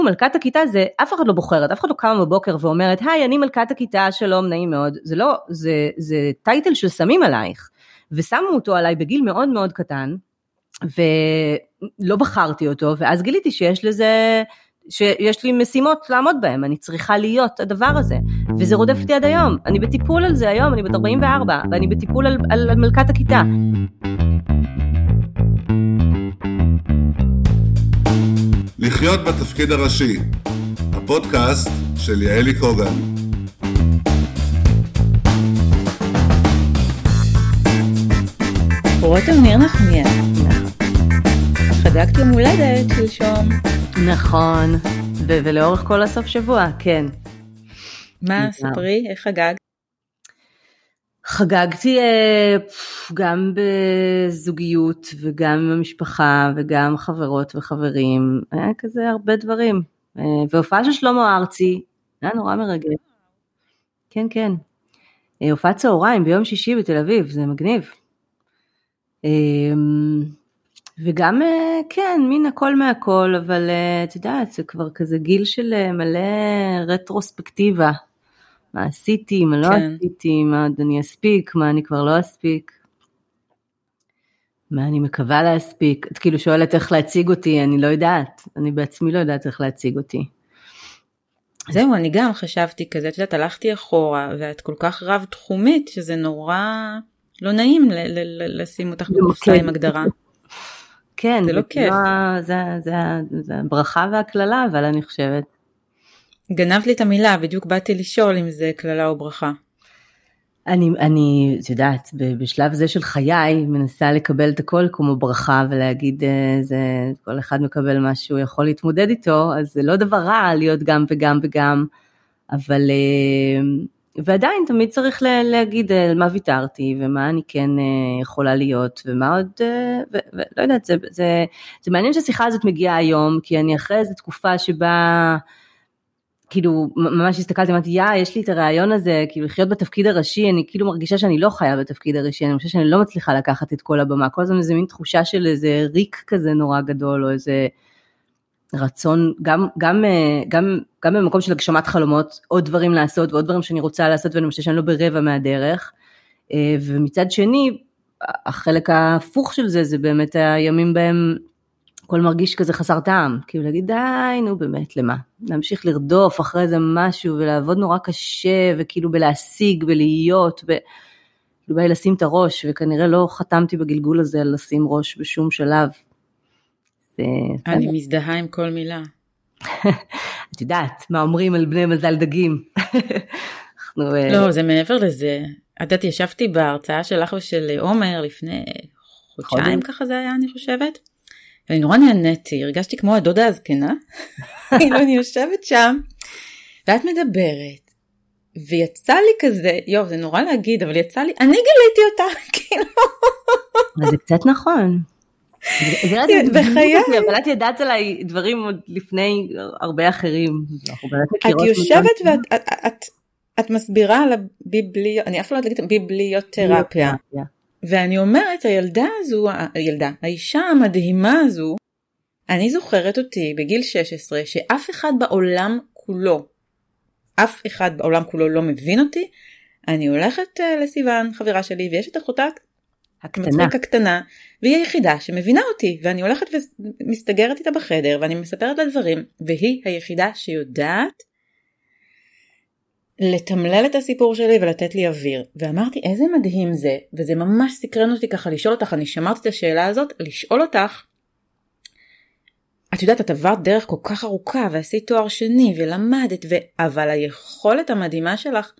מלכת הכיתה זה, אף אחד לא בוחרת, אף אחד לא קמה בבוקר ואומרת, היי, אני מלכת הכיתה, שלום, נעים מאוד. זה לא, זה טייטל של שמים עלייך, ושמו אותו עליי בגיל מאוד מאוד קטן, ולא בחרתי אותו, ואז גיליתי שיש לי משימות לעמוד בהם, אני צריכה להיות הדבר הזה, וזה רודף אותי עד היום, אני בטיפול על זה היום, אני בת 44, ואני בטיפול על מלכת הכיתה. לחיות בתפקיד הראשי, הפודקאסט של יעלי קוגן. רותם ניר נחמיה. חגגת יום הולדת שלשום. נכון, ולאורך כל הסוף שבוע, כן. מה, ספרי, איך חגגת? חגגתי גם בזוגיות וגם עם המשפחה וגם חברות וחברים, היה כזה הרבה דברים, והופעה של שלמה ארצי, היה נורא מרגש, כן כן, הופעת צהריים ביום שישי בתל אביב, זה מגניב, וגם כן, מין הכל מהכל, אבל את יודעת, זה כבר כזה גיל של מלא רטרוספקטיבה, מה עשיתי, מה לא עשיתי, מה אני אספיק, מה אני כבר לא אספיק, מה אני מקווה להספיק. את כאילו שואלת איך להציג אותי, אני לא יודעת, אני בעצמי לא יודעת איך להציג אותי. זהו, אני גם חשבתי כזה, את יודעת, הלכתי אחורה, ואת כל כך רב תחומית, שזה נורא לא נעים לשים אותך בקופסה עם הגדרה. כן, זה לא כיף. זה הברכה והכללה, אבל אני חושבת. גנבת לי את המילה, בדיוק באתי לשאול אם זה כללה או ברכה. אני יודעת, בשלב זה של חיי, מנסה לקבל את הכל כמו ברכה, ולהגיד, כל אחד מקבל מה שהוא יכול להתמודד איתו, אז זה לא דבר רע להיות גם וגם וגם, אבל, ועדיין תמיד צריך להגיד מה ויתרתי, ומה אני כן יכולה להיות, ומה עוד, ולא יודעת, זה מעניין שהשיחה הזאת מגיעה היום, כי אני אחרי איזו תקופה שבה, כאילו, ממש הסתכלתי, אמרתי, יש לי את הרעיון הזה, כאילו, לחיות בתפקיד הראשי, אני כאילו מרגישה שאני לא חיה בתפקיד הראשי, אני חושבת שאני לא מצליחה לקחת את כל הבמה, כל הזמן איזה מין תחושה של איזה ריק כזה נורא גדול, או איזה רצון, גם במקום של הגשמת חלומות, עוד דברים לעשות, ועוד דברים שאני רוצה לעשות, ואני חושבת שאני לא ברבע מהדרך, ומצד שני, החלק ההפוך של זה, זה באמת הימים בהם, הכל מרגיש כזה חסר טעם, כאילו להגיד די, נו באמת, למה? להמשיך לרדוף אחרי זה משהו, ולעבוד נורא קשה, וכאילו בלהשיג, בלהיות, כאילו באי לשים את הראש, וכנראה לא חתמתי בגלגול הזה, על לשים ראש בשום שלב. אני מזדהה עם כל מילה. את יודעת, מה אומרים על בני מזל דגים? לא, זה מעבר לזה. את יודעת, ישבתי בהרצאה שלך ושל עומר, לפני חודשיים ככה זה היה, אני חושבת. אני נורא נהניתי, הרגשתי כמו הדודה הזקנה, כאילו אני יושבת שם, ואת מדברת, ויצא לי כזה, זה נורא להגיד, אבל יצא לי, אני גיליתי אותה, כאילו. זה קצת נכון. בחיי. אבל את ידעת עליי דברים עוד לפני הרבה אחרים. את יושבת ואת מסבירה על אני אף לא יודעת להגיד, ביבליותרפיה. ואני אומרת, האישה המדהימה הזו, אני זוכרת אותי בגיל 16, שאף אחד בעולם כולו לא מבין אותי, אני הולכת לסיוון, חברה שלי, ויש את אחותה הקטנה, והיא היחידה שמבינה אותי, ואני הולכת ומסתגרת איתה בחדר, ואני מספרת לה דברים, והיא היחידה שיודעת, לתמלל את הסיפור שלי ולתת לי אוויר. ואמרתי, איזה מדהים זה, וזה ממש סקרן אותי ככה לשאול אותך, אני שמרתי את השאלה הזאת, לשאול אותך, את יודעת, את עברת דרך כל כך ארוכה, ועשית תואר שני, ולמדת, אבל היכולת המדהימה שלך,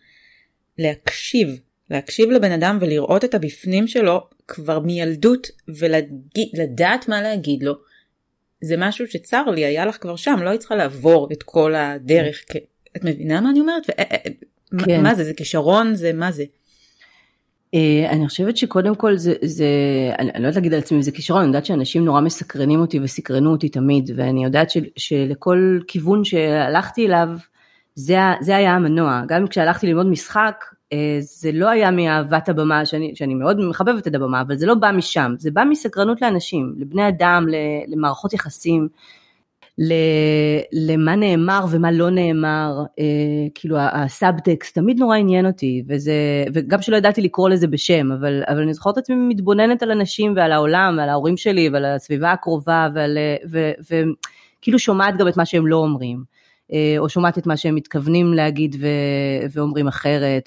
להקשיב לבן אדם, ולראות את הבפנים שלו, כבר מילדות, ולדעת מה להגיד לו, זה משהו שצר לי, היה לך כבר שם, לא היית צריכה לעבור את כל הדרך, את מבינה מה אני אומרת? כן. מה זה? זה כישרון? זה מה זה? אני חושבת שקודם כל אני לא יודעת להגיד על עצמי, זה כישרון, אני יודעת שאנשים נורא מסקרנים אותי וסקרנו אותי תמיד, ואני יודעת שלכל כיוון שהלכתי אליו, זה היה המנוע. גם כשהלכתי ללמוד משחק, זה לא היה מאהבת הבמה, שאני מאוד מחבבת את הבמה, אבל זה לא בא משם, זה בא מסקרנות לאנשים, לבני אדם, למערכות יחסים, למה נאמר ומה לא נאמר, כאילו הסאבטקסט תמיד נורא עניין אותי, וגם שלא ידעתי לקרוא לזה בשם, אבל אני זוכרת עצמי מתבוננת על אנשים ועל העולם, ועל ההורים שלי, ועל הסביבה הקרובה, וכאילו שומעת גם את מה שהם לא אומרים, או שומעת את מה שהם מתכוונים להגיד ואומרים אחרת,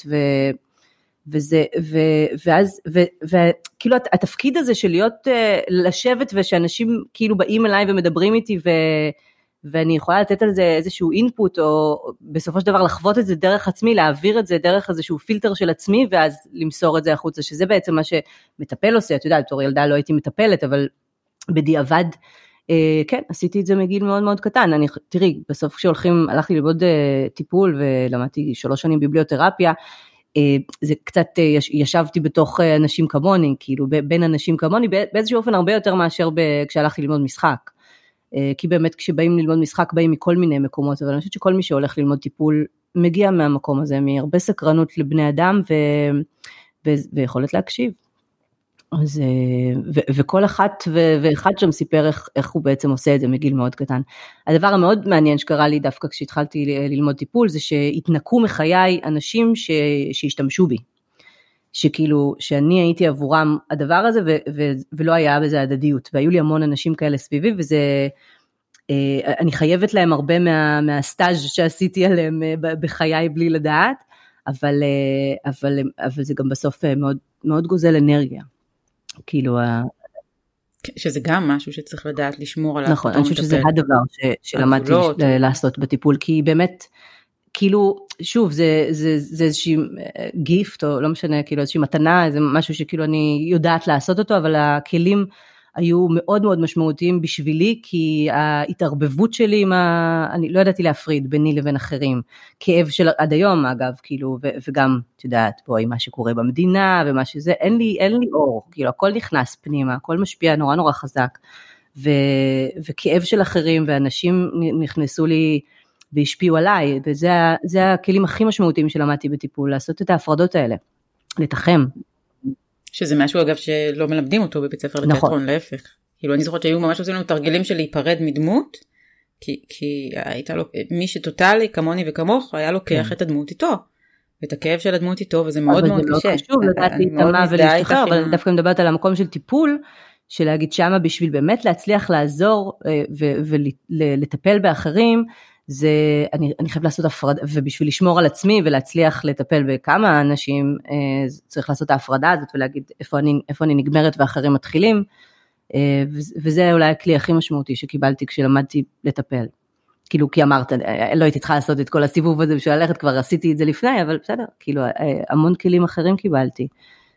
ואז, וכאילו התפקיד הזה של להיות, לשבת ושאנשים כאילו באים אליי ומדברים איתי ואני יכולה לתת על זה איזשהו אינפוט, או בסופו של דבר לחוות את זה דרך עצמי, להעביר את זה דרך איזשהו פילטר של עצמי, ואז למסור את זה החוצה, שזה בעצם מה שמטפל עושה, אתה יודע, בתור ילדה לא הייתי מטפלת, אבל בדיעבד, כן, עשיתי את זה מגיל מאוד מאוד קטן, תראי, בסוף הלכתי ללמוד טיפול, ולמדתי 3 שנים ביבליותרפיה, זה קצת, ישבתי בתוך אנשים כמוני, כאילו בין אנשים כמוני, באיזשהו אופן הרבה יותר מאשר כשהלכתי ללמוד משחק, כי באמת כשבאים ללמוד משחק, באים מכל מיני מקומות, אבל אני חושבת שכל מי שהולך ללמוד טיפול, מגיע מהמקום הזה, מהרבה סקרנות לבני אדם, ויכולת להקשיב. אז, וכל אחת ואחד שם סיפר איך הוא בעצם עושה את זה מגיל מאוד קטן. הדבר המאוד מעניין שקרה לי דווקא כשהתחלתי ללמוד טיפול, זה שהתנקו מחיי אנשים שהשתמשו בי. שכאילו, שאני הייתי עבורם הדבר הזה, ולא היה בזה הדדיות, והיו לי המון אנשים כאלה סביבי, וזה, אני חייבת להם הרבה מהסטאז' שעשיתי עליהם בחיי בלי לדעת, אבל זה גם בסוף מאוד, מאוד גוזל אנרגיה. כאילו, שזה גם משהו שצריך לדעת לשמור עליו. נכון, אני חושבת שזה הדבר שלמדתי לעשות בטיפול, כי באמת, כאילו, שוב, זה איזושהי גיפט, או לא משנה, כאילו איזושהי מתנה, זה משהו שכאילו אני יודעת לעשות אותו, אבל הכלים היו מאוד מאוד משמעותיים בשבילי, כי ההתערבבות שלי, אני לא ידעתי להפריד ביני לבין אחרים, כאב של עד היום אגב, כאילו, וגם, את יודעת, בואי, מה שקורה במדינה, ומה שזה, אין לי אור, כאילו, הכל נכנס פנימה, הכל משפיע נורא נורא חזק, וכאב של אחרים, ואנשים נכנסו לי, והשפיעו עליי, וזה הכלים הכי משמעותיים שלמדתי בטיפול, לעשות את ההפרדות האלה, לתחם. שזה משהו אגב שלא מלמדים אותו בבית ספר לתיאטרון, להפך. כאילו אני זוכרת שהיו ממש עושים לנו תרגילים של להיפרד מדמות, כי הייתה לו, מי שטוטלי כמוני וכמוך, היה לוקח את הדמות איתו, ואת הכאב של הדמות איתו, וזה מאוד מאוד קשה. זה מאוד חשוב לדעת להתאמה ולהשתחרר, אבל דווקא מדברת על המקום של טיפול, של להגיד שמה בשביל באמת להצליח לעזור ולטפל באחרים, זה, אני חייב לעשות הפרדה, ובשביל לשמור על עצמי ולהצליח לטפל בכמה אנשים, צריך לעשות ההפרדה הזאת ולהגיד איפה אני נגמרת ואחרים מתחילים, וזה אולי הכלי הכי משמעותי שקיבלתי כשלמדתי לטפל. כאילו, כי אמרת, לא הייתי צריכה לעשות את כל הסיבוב הזה בשביל ללכת, כבר עשיתי את זה לפני, אבל בסדר, כאילו, המון כלים אחרים קיבלתי.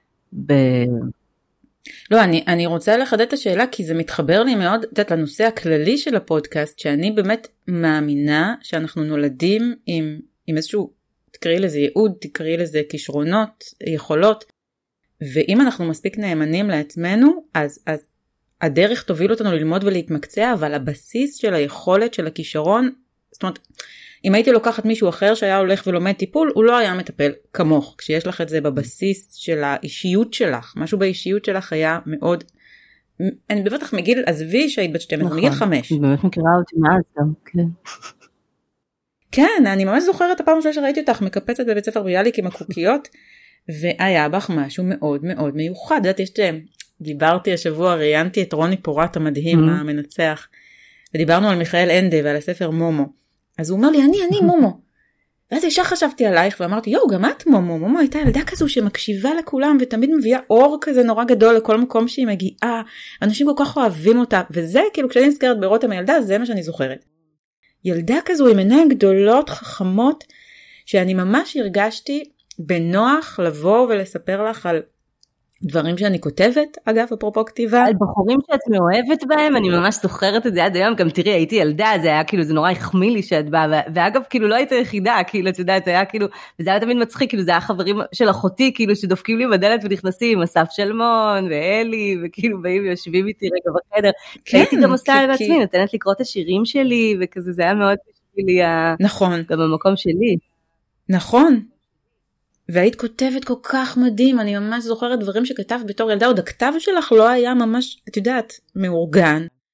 לא, אני רוצה לחדד את השאלה, כי זה מתחבר לי מאוד, את לנושא הכללי של הפודקאסט, שאני באמת מאמינה שאנחנו נולדים עם איזשהו, תקראי לזה ייעוד, תקראי לזה כישרונות, יכולות, ואם אנחנו מספיק נאמנים לעצמנו, אז הדרך תוביל אותנו ללמוד ולהתמקצע, אבל הבסיס של היכולת של הכישרון, זאת אומרת, אם הייתי לוקחת מישהו אחר שהיה הולך ולומד טיפול, הוא לא היה מטפל כמוך, כשיש לך את זה בבסיס של האישיות שלך, משהו באישיות שלך היה מאוד, אני בטח מגיל, עזבי שהיית בת 12, מגיל 5. אני באמת מכירה אותי מאז גם, כן. כן, אני ממש זוכרת הפעם שראיתי אותך, מקפצת בבית ספר ביאליק עם הקוקיות, והיה בך משהו מאוד מאוד מיוחד, יודעת, דיברתי השבוע, ראיינתי את רוני פורט המדהים, המנצח, ודיברנו על מיכאל אנדה ועל הספר מומו, אז הוא אומר לי, אני מומו. ואז ישר חשבתי עלייך ואמרתי, יו, גם את מומו. מומו הייתה ילדה כזו שמקשיבה לכולם ותמיד מביאה אור כזה נורא גדול לכל מקום שהיא מגיעה. אנשים כל כך אוהבים אותה. וזה כאילו כשאני נזכרת ברותם הילדה, זה מה שאני זוכרת. ילדה כזו עם עיניים גדולות, חכמות, שאני ממש הרגשתי בנוח לבוא ולספר לך על דברים שאני כותבת, אגב, אפרופו כתיבה. על בחורים שאת מאוהבת בהם, אני ממש זוכרת את זה עד היום, גם תראי, הייתי ילדה, זה היה כאילו, זה נורא החמיא לי שאת באה, ואגב, כאילו לא הייתה יחידה, כאילו, את יודעת, היה כאילו, וזה היה תמיד מצחיק, כאילו, זה היה חברים של אחותי, כאילו, שדופקים לי בדלת ונכנסים, אסף שלמון, ואלי, וכאילו, באים ויושבים איתי רגע בחדר, כן, הייתי גם עושה על עצמי, נתנת לקרוא את השירים שלי, וכזה, זה היה מאוד בשבילי, נכון. גם במקום שלי. נכון. והיית כותבת כל כך מדהים, אני ממש זוכרת דברים שכתבת בתור ילדה, עוד הכתב שלך לא היה ממש, את יודעת, מאורגן.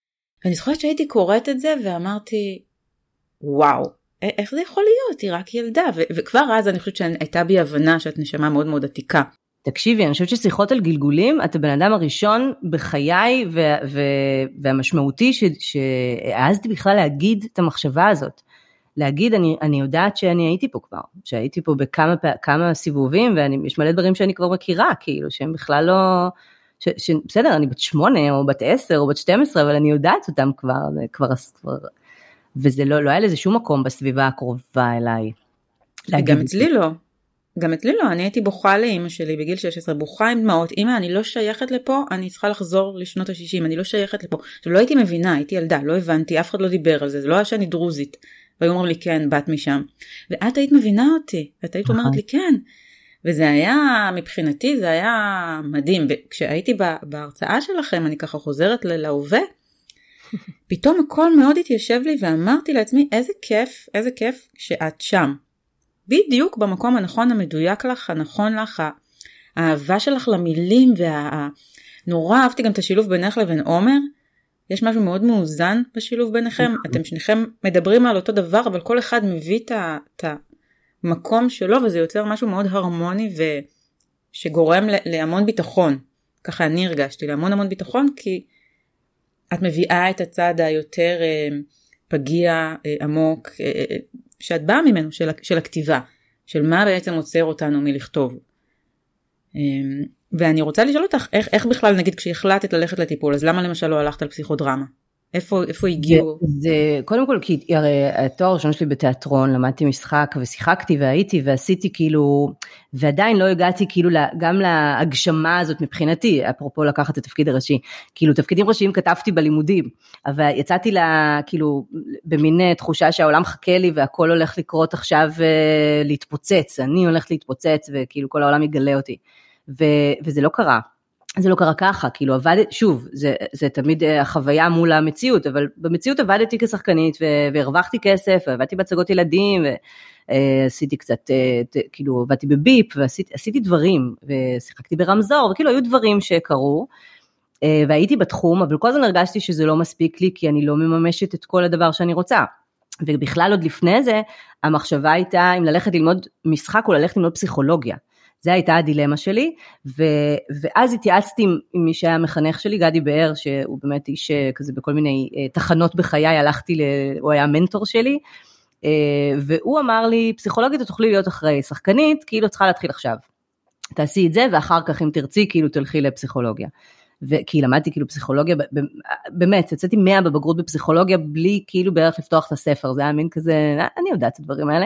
ואני זוכרת שהייתי קוראת את זה ואמרתי, וואו, איך זה יכול להיות? היא רק ילדה. וכבר אז אני חושבת שהייתה בי הבנה שאת נשמה מאוד מאוד עתיקה. תקשיבי, אני חושבת ששיחות על גלגולים, אתה בן אדם הראשון בחיי והמשמעותי שהעזתי בכלל להגיד את המחשבה הזאת. להגיד, אני יודעת שאני הייתי פה כבר, שהייתי פה בכמה סיבובים, ויש מלא דברים שאני כבר מכירה, כאילו, שהם בכלל לא, בסדר, אני בת 8 או בת 10 או בת 12, אבל אני יודעת אותם כבר, וזה לא היה לזה שום מקום בסביבה הקרובה אליי. גם אצלי לא. גם אצלי לא, אני הייתי בוכה לאמא שלי בגיל 16, בוכה עם דמעות, אמא אני לא שייכת לפה, אני צריכה לחזור לשנות ה-60, אני לא שייכת לפה, לא הייתי מבינה, הייתי ילדה, לא הבנתי, אף אחד לא דיבר על זה, זה לא היה שאני דרוזית, והיו אומרים לי כן, בת משם, ואת היית מבינה אותי, את היית אומרת לי כן, וזה היה, מבחינתי זה היה מדהים, וכשהייתי בהרצאה שלכם, אני ככה חוזרת להווה, פתאום הכל מאוד התיישב לי, ואמרתי לעצמי, איזה כיף שאת שם, בדיוק במקום הנכון, המדויק לך, הנכון לך, האהבה שלך למילים, נורא אהבתי גם את השילוב בינך לבין עומר, יש משהו מאוד מאוזן בשילוב ביניכם, אתם שניכם מדברים על אותו דבר, אבל כל אחד מביא את המקום שלו, וזה יוצר משהו מאוד הרמוני, שגורם להמון ביטחון, ככה אני הרגשתי, להמון ביטחון, כי את מביאה את הצד היותר פגיע, עמוק, שאת באה ממנו, של הכתיבה, של מה בעצם עוצר אותנו מלכתוב. ואני רוצה לשאול אותך, איך בכלל, נגיד, כשהחלטת ללכת לטיפול, אז למה למשל לא הלכת על פסיכודרמה? איפה הגיעו? זה קודם כל, כי הרי התואר הראשון שלי בתיאטרון, למדתי משחק ושיחקתי והייתי ועשיתי כאילו, ועדיין לא הגעתי כאילו גם להגשמה הזאת מבחינתי, אפרופו לקחת את התפקיד הראשי, כאילו תפקידים ראשיים כתבתי בלימודים, אבל יצאתי לה כאילו במין תחושה שהעולם חכה לי והכל הולך לקרות עכשיו להתפוצץ, אני הולך להתפוצץ וכאילו כל העולם יגלה אותי, וזה לא קרה. זה לא קרה ככה, כאילו שוב, זה תמיד החוויה מול המציאות, אבל במציאות עבדתי כשחקנית, והרווחתי כסף, ועבדתי בהצגות ילדים, ועשיתי קצת, כאילו עבדתי בביפ, ועשיתי דברים, ושיחקתי ברמזור, וכאילו היו דברים שקרו, והייתי בתחום, אבל כל הזמן הרגשתי שזה לא מספיק לי, כי אני לא מממשת את כל הדבר שאני רוצה, ובכלל עוד לפני זה, המחשבה הייתה אם ללכת ללמוד משחק, או ללכת ללמוד פסיכולוגיה, זו הייתה הדילמה שלי, ואז התייעצתי עם מי שהיה המחנך שלי, גדי באר, שהוא באמת איש כזה בכל מיני תחנות בחיי, הוא היה המנטור שלי, והוא אמר לי, פסיכולוגית תוכלי להיות אחרי שחקנית, כאילו צריכה להתחיל עכשיו. תעשי את זה, ואחר כך אם תרצי, כאילו תלכי לפסיכולוגיה. כי למדתי כאילו פסיכולוגיה, באמת, יצאתי 100 בבגרות בפסיכולוגיה, בלי כאילו בערך לפתוח את הספר, זה היה מין כזה, אני יודעת את הדברים האלה,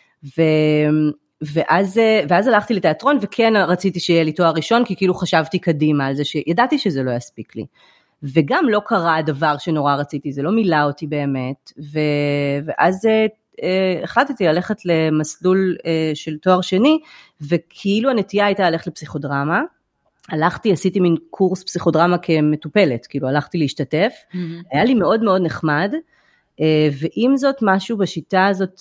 ואז הלכתי לתיאטרון, וכן רציתי שיהיה לי תואר ראשון, כי כאילו חשבתי קדימה על זה, שידעתי שזה לא יספיק לי. וגם לא קרה הדבר שנורא רציתי, זה לא מילה אותי באמת, ואז החלטתי ללכת למסלול של תואר שני, וכאילו הנטייה הייתה ללכת לפסיכודרמה, עשיתי מין קורס פסיכודרמה כמטופלת, כאילו הלכתי להשתתף, היה לי מאוד מאוד נחמד, ועם זאת משהו בשיטה הזאת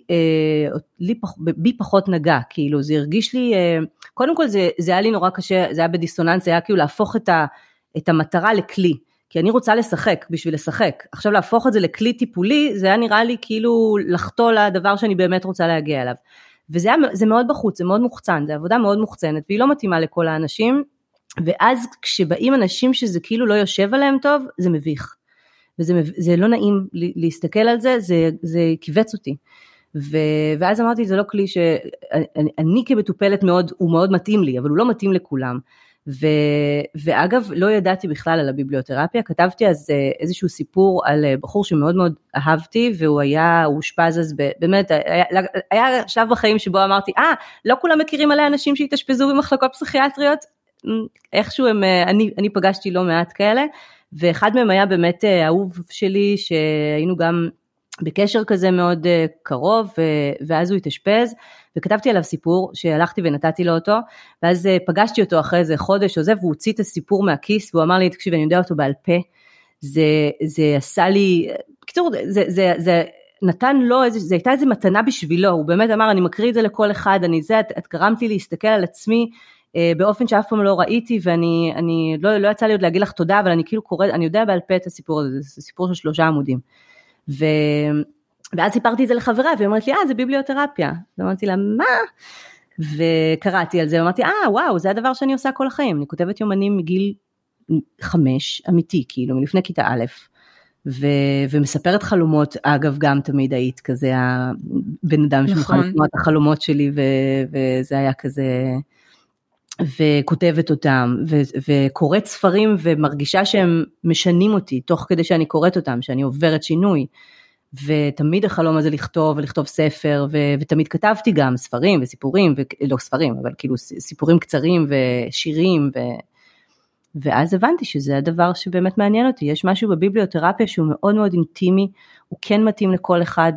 בי פחות נגע, כאילו זה הרגיש לי, קודם כל זה היה לי נורא קשה, זה היה בדיסוננס, זה היה כאילו להפוך את המטרה לכלי, כי אני רוצה לשחק בשביל לשחק, עכשיו להפוך את זה לכלי טיפולי, זה היה נראה לי כאילו לחטוא לדבר שאני באמת רוצה להגיע אליו, וזה מאוד בחוץ, זה מאוד מוחצן, זה עבודה מאוד מוחצנת, והיא לא מתאימה לכל האנשים, ואז כשבאים אנשים שזה כאילו לא יושב עליהם טוב, זה מביך. וזה לא נעים להסתכל על זה, זה קיבץ אותי. ואז אמרתי, זה לא כלי שאני כמטופלת מאוד, הוא מאוד מתאים לי, אבל הוא לא מתאים לכולם. ואגב, לא ידעתי בכלל על הביבליותרפיה, כתבתי אז איזשהו סיפור על בחור שמאוד מאוד אהבתי, והוא אושפז אז באמת, היה שלב בחיים שבו אמרתי, לא כולם מכירים עליה אנשים שהתאשפזו במחלקות פסיכיאטריות, איכשהו אני פגשתי לא מעט כאלה, ואחד מהם היה באמת אהוב שלי, שהיינו גם בקשר כזה מאוד קרוב, ואז הוא התאשפז, וכתבתי עליו סיפור, שהלכתי ונתתי לו אותו, ואז פגשתי אותו אחרי איזה חודש או זה, והוא הוציא את הסיפור מהכיס, והוא אמר לי, תקשיב, אני יודע אותו בעל פה, זה עשה לי, בקיצור, זה נתן לו, זה הייתה איזו מתנה בשבילו, הוא באמת אמר, אני מקריא את זה לכל אחד, את גרמת לי להסתכל על עצמי, באופן שאף פעם לא ראיתי, ואני לא יצא לי עוד להגיד לך תודה, אבל אני כאילו קוראת, אני יודע בעל פה את הסיפור הזה, זה סיפור של 3 עמודים. ואז סיפרתי את זה לחברה, והיא אומרת לי, זה ביבליותרפיה. ואמרתי לה, מה? וקראתי על זה, ואמרתי, וואו, זה הדבר שאני עושה כל החיים. אני כותבת יומנים מגיל 5, אמיתי, כאילו, מלפני כיתה א', ומספרת חלומות, אגב, גם תמיד היית כזה, הבן אדם שמוכן לשמוע את החלומות שלי, וזה היה כזה, וכותבת אותם, וקוראת ספרים, ומרגישה שהם משנים אותי, תוך כדי שאני קוראת אותם, שאני עוברת שינוי, ותמיד החלום הזה לכתוב, ולכתוב ספר, ותמיד כתבתי גם ספרים וסיפורים, לא ספרים, אבל כאילו סיפורים קצרים ושירים, ואז הבנתי שזה הדבר שבאמת מעניין אותי, יש משהו בביבליותרפיה שהוא מאוד מאוד אינטימי, הוא כן מתאים לכל אחד,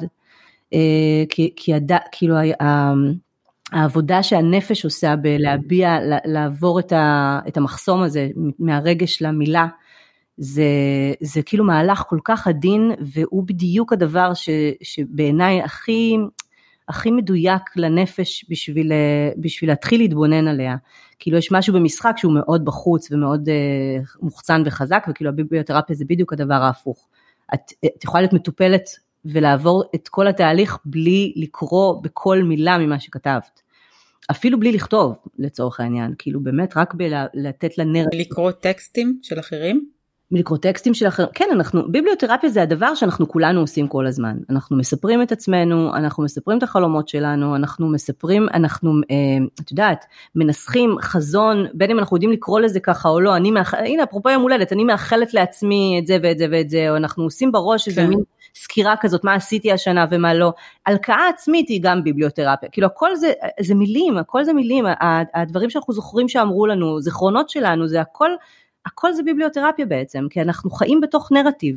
כאילו העבודה שהנפש עושה בלהביע, לעבור את המחסום הזה, מהרגש למילה, זה כאילו מהלך כל כך עדין, והוא בדיוק הדבר שבעיניי הכי מדויק לנפש בשביל להתחיל להתבונן עליה. כאילו יש משהו במשחק שהוא מאוד בחוץ ומאוד מוחצן וחזק, וכאילו הביבליותרפיה זה בדיוק הדבר ההפוך. את יכולה להיות מטופלת ולעבור את כל התהליך בלי לקרוא בכל מילה ממה שכתבת. אפילו בלי לכתוב לצורך העניין, כאילו באמת רק לתת לנרטיב. לקרוא טקסטים של אחרים? לקרוא טקסטים של אחרים, כן, ביבליותרפיה זה הדבר שאנחנו כולנו עושים כל הזמן, אנחנו מספרים את עצמנו, אנחנו מספרים את החלומות שלנו, אנחנו מספרים, את יודעת, מנסחים חזון, בין אם אנחנו יודעים לקרוא לזה ככה או לא, הנה, אפרופו יום הולדת, אני מאחלת לעצמי את זה ואת זה ואת זה, או אנחנו עושים בראש איזה מין סקירה כזאת, מה עשיתי השנה ומה לא, הלקאה עצמית היא גם ביבליותרפיה, כאילו הכל זה מילים, הכל זה מילים, הדברים שאנחנו זוכרים שאמרו לנו, זיכרונות שלנו, זה הכל זה ביבליותרפיה בעצם, כי אנחנו חיים בתוך נרטיב,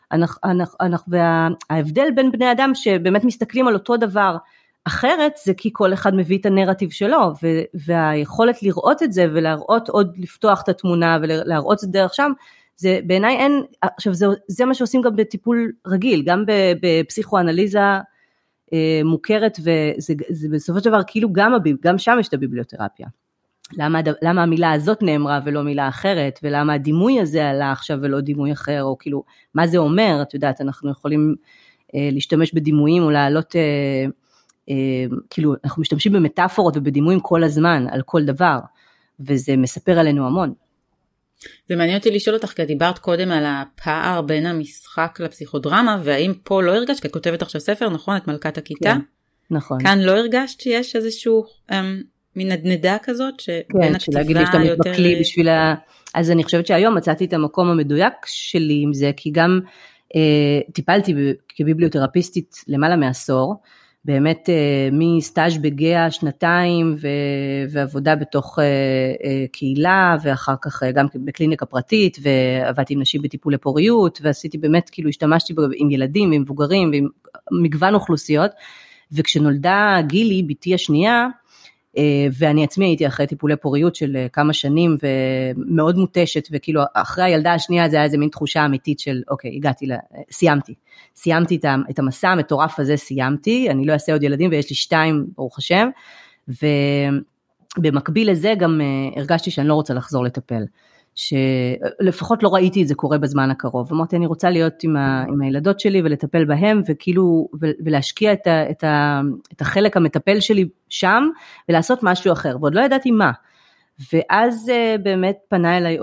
וההבדל בין בני אדם שבאמת מסתכלים על אותו דבר, אחרת זה כי כל אחד מביא את הנרטיב שלו, והיכולת לראות את זה, ולהראות עוד לפתוח את התמונה, ולהראות את זה דרך שם, זה בעיניי אין, עכשיו זה מה שעושים גם בטיפול רגיל, גם בפסיכואנליזה מוכרת, וזה בסופו של דבר כאילו גם שם יש את הביבליותרפיה. למה המילה הזאת נאמרה ולא מילה אחרת, ולמה הדימוי הזה עלה עכשיו ולא דימוי אחר, או כאילו, מה זה אומר, את יודעת, אנחנו יכולים להשתמש בדימויים, או לעלות, כאילו, אנחנו משתמשים במטאפורות ובדימויים כל הזמן, על כל דבר, וזה מספר עלינו המון. זה מעניין אותי לשאול אותך, כי דיברת קודם על הפער בין המשחק לפסיכודרמה, והאם פה לא הרגשת, כי את כותבת עכשיו ספר, נכון, את מלכת הכיתה? כן, נכון. כאן לא הרגשת שיש איזשהו מין נדנדה כזאת, שבין הכתיבה יותר... אז אני חושבת שהיום מצאתי את המקום המדויק שלי עם זה, כי גם טיפלתי כביבליותרפיסטית למעלה מעשור, באמת מסטאז' בגאה 2 ועבודה בתוך קהילה, ואחר כך גם בקליניקה פרטית, ועבדתי עם נשים בטיפול לפוריות, ועשיתי באמת, כאילו השתמשתי עם ילדים ועם מבוגרים, ועם מגוון אוכלוסיות, וכשנולדה גילי, ביתי השנייה, ואני עצמי הייתי אחרי טיפולי פוריות של כמה שנים, ומאוד מוטשת, וכאילו אחרי הילדה השנייה זה היה איזה מין תחושה אמיתית של, אוקיי, הגעתי, סיימתי את המסע המטורף הזה, סיימתי, אני לא אעשה עוד ילדים, ויש לי 2, ברוך השם, ובמקביל לזה גם הרגשתי שאני לא רוצה לחזור לטפל, שלפחות לא ראיתי את זה קורה בזמן הקרוב, אמרתי אני רוצה להיות עם הילדות שלי ולטפל בהם, וכאילו, ולהשקיע את החלק המטפל שלי שם, ולעשות משהו אחר, ועוד לא ידעתי מה, ואז באמת פנה אליי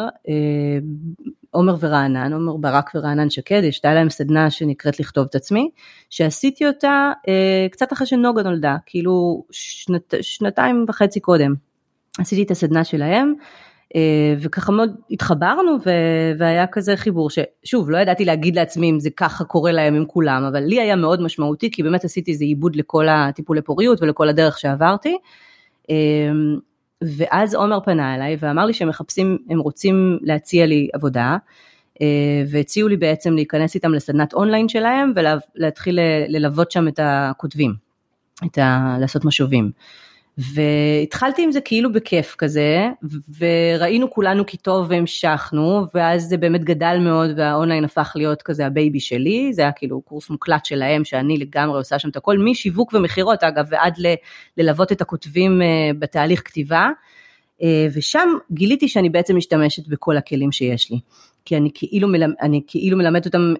עומר ורענן, עומר ברק ורענן שקד, הייתה להם סדנה שנקראת לכתוב את עצמי, שעשיתי אותה קצת אחרי שנוגה נולדה, כאילו 2.5 קודם, עשיתי את הסדנה שלהם, וככה מאוד התחברנו, והיה כזה חיבור, ששוב, לא ידעתי להגיד לעצמי אם זה ככה קורה להם עם כולם, אבל לי היה מאוד משמעותי, כי באמת עשיתי איזה עיבוד לכל הטיפולי פוריות, ולכל הדרך שעברתי, ואז עומר פנה אליי, ואמר לי שהם מחפשים, הם רוצים להציע לי עבודה, והציעו לי בעצם להיכנס איתם לסדנת אונליין שלהם, ולהתחיל ללוות שם את הכותבים, לעשות משובים. והתחלתי עם זה כאילו בכיף כזה, וראינו כולנו כי טוב והמשכנו, ואז זה באמת גדל מאוד, והאונליין הפך להיות כזה הבייבי שלי, זה היה כאילו קורס מוקלט שלהם, שאני לגמרי עושה שם את הכל, משיווק ומחירות אגב, ועד ללוות את הכותבים בתהליך כתיבה, ושם גיליתי שאני בעצם משתמשת בכל הכלים שיש לי, כי אני כאילו מלמדת אותם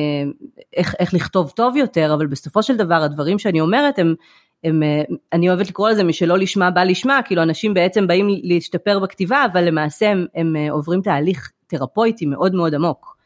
איך לכתוב טוב יותר, אבל בסופו של דבר הדברים שאני אומרת אני אוהבת לקרוא לזה משלא לשמה בא לשמה, כאילו אנשים בעצם באים להשתפר בכתיבה, אבל למעשה הם עוברים תהליך תרפויטי מאוד מאוד עמוק.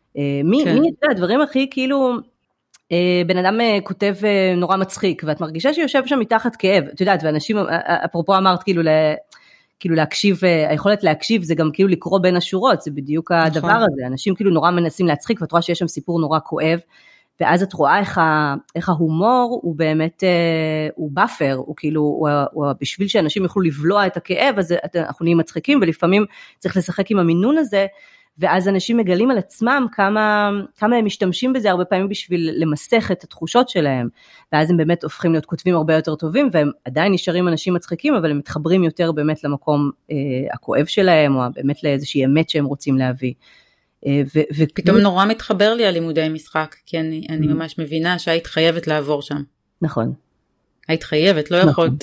הדברים הכי כאילו, בן אדם כותב נורא מצחיק, ואת מרגישה שיושב שם מתחת כאב, את יודעת, ואנשים, אפרופו אמרת כאילו להקשיב, היכולת להקשיב זה גם כאילו לקרוא בין השורות, זה בדיוק הדבר הזה, אנשים כאילו נורא מנסים להצחיק, ואת רואה שיש שם סיפור נורא כואב, ואז את רואה איך ההומור הוא באמת, הוא באפר, הוא כאילו, בשביל שאנשים יוכלו לבלוע את הכאב, אז אנחנו נהיים מצחיקים, ולפעמים צריך לשחק עם המינון הזה, ואז אנשים מגלים על עצמם כמה הם משתמשים בזה הרבה פעמים בשביל למסך את התחושות שלהם, ואז הם באמת הופכים להיות כותבים הרבה יותר טובים, והם עדיין נשארים אנשים מצחיקים, אבל הם מתחברים יותר באמת למקום הכואב שלהם, או באמת לאיזושהי אמת שהם רוצים להביא. פתאום נורא מתחבר לי על לימודי משחק, כי אני ממש מבינה שהיית חייבת לעבור שם. נכון. היית חייבת, לא יכולת,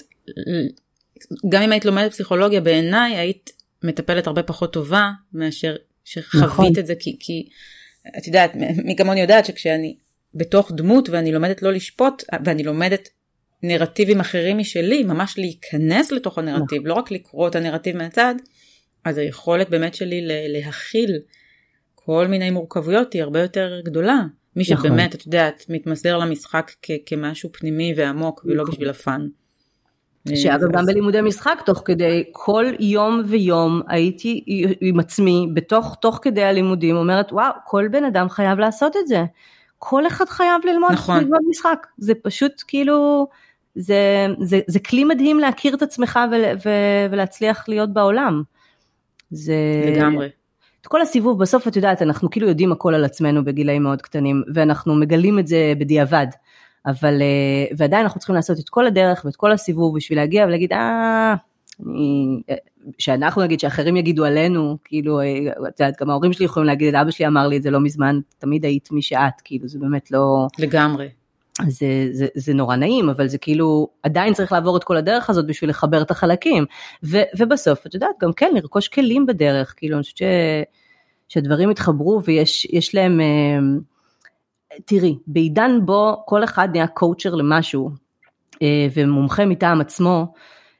גם אם היית לומדת פסיכולוגיה, בעיניי היית מטפלת הרבה פחות טובה, מאשר שחווית את זה, כי את יודעת, מי כמוני יודעת שכשאני בתוך דמות, ואני לומדת לא לשפוט, ואני לומדת נרטיבים אחרים משלי, ממש להיכנס לתוך הנרטיב, לא רק לקרוא את הנרטיב מהצד, אז היכולת באמת שלי להכיל כל מיני מורכבויות היא הרבה יותר גדולה. מי שבאמת, את יודעת, מתמסר למשחק כמשהו פנימי ועמוק, ולא בשביל הפן. שאגב גם בלימודי משחק, תוך כדי כל יום ויום הייתי עם עצמי, תוך כדי הלימודים, אומרת, וואו, כל בן אדם חייב לעשות את זה. כל אחד חייב ללמוד משחק. זה פשוט כאילו, זה כלי מדהים להכיר את עצמך ולהצליח להיות בעולם. לגמרי. את כל הסיבוב, בסוף את יודעת, אנחנו כאילו יודעים הכל על עצמנו בגילאים מאוד קטנים, ואנחנו מגלים את זה בדיעבד, אבל, ועדיין אנחנו צריכים לעשות את כל הדרך, ואת כל הסיבוב, בשביל להגיע ולהגיד, שאנחנו נגיד, שאחרים יגידו עלינו, כאילו, את יודעת, גם ההורים שלי יכולים להגיד, אבא שלי אמר לי את זה לא מזמן, תמיד היית מי שאת, כאילו, זה באמת לא... לגמרי. זה נורא נעים, אבל זה כאילו, עדיין צריך לעבור את כל הדרך הזאת, בשביל לחבר את החלקים, ובסוף, את יודעת, גם כן, לרכוש כלים בדרך, כאילו, אני חושבת שהדברים התחברו, ויש להם, תראי, בעידן בו, כל אחד נהיה קואוצ'ר למשהו, ומומחה מטעם עצמו,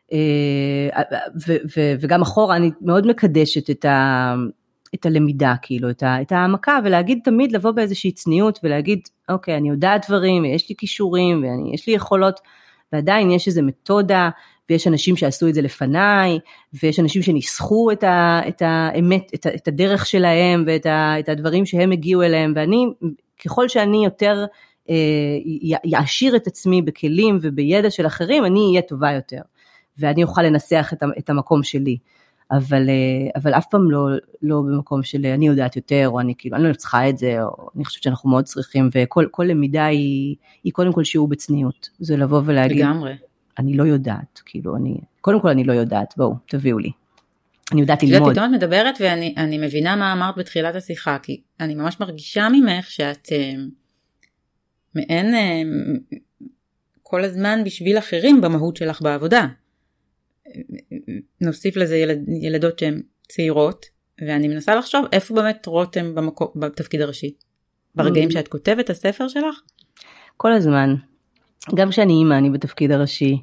וגם אחורה, אני מאוד מקדשת את הלמידה, כאילו, את העמקה, ולהגיד תמיד לבוא באיזושהי צניעות, ולהגיד, אוקיי, אני יודעת דברים, ויש לי כישורים, ויש לי יכולות, ועדיין יש איזו מתודה, ויש אנשים שעשו את זה לפניי, ויש אנשים שניסחו את האמת, את הדרך שלהם, ואת הדברים שהם הגיעו אליהם, ואני, ככל שאני יותר יעשיר את עצמי בכלים ובידע של אחרים, אני אהיה טובה יותר, ואני אוכל לנסח את המקום שלי. אבל אף פעם לא במקום של אני יודעת יותר, או אני כאילו, אני לא צריכה את זה, או אני חושבת שאנחנו מאוד צריכים, וכל למידה היא קודם כל שיעור בצניעות, זה לבוא ולהגיד, לגמרי. אני לא יודעת, כאילו, קודם כל אני לא יודעת, בואו, תביאו לי. אני יודעת ללמוד. פתאום את מדברת, ואני מבינה מה אמרת בתחילת השיחה, כי אני ממש מרגישה ממך, שאת מעין כל הזמן בשביל אחרים, במהות שלך בעבודה. נוסיף לזה ילדות שהן צעירות, ואני מנסה לחשוב איפה באמת רותם בתפקיד הראשי. ברגעים שאת כותבת הספר שלך? כל הזמן. גם כשאני אימא, אני בתפקיד הראשי.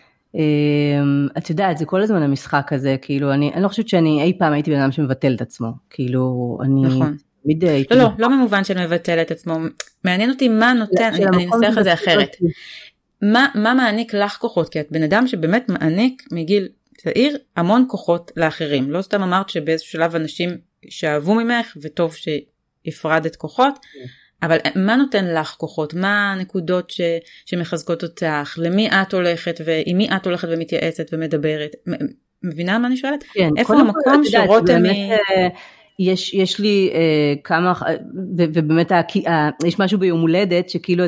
את יודעת, זה כל הזמן המשחק הזה, כאילו, אני לא חושבת שאני אי פעם הייתי בן אדם שמבטל את עצמו. כאילו, אני... נכון. לא במובן של מבטל את עצמו. מעניין אותי מה נותן, אני אנסח את זה אחרת. מה מעניק לך כוחות? כי את בן אדם שבאמת מעניק מגיל צעיר המון כוחות לאחרים. לא סתם אמרת שבאיזשהו שלב אנשים שאהבו ממך, וטוב שהפרדת כוחות, אבל מה נותן לך כוחות? מה הנקודות שמחזקות אותך? למי את הולכת, ועם מי את הולכת ומתייעצת ומדברת? מבינה מה אני שואלת? כן, איפה המקום שרותם יש לי כמה, ובאמת יש משהו ביום הולדת, שכאילו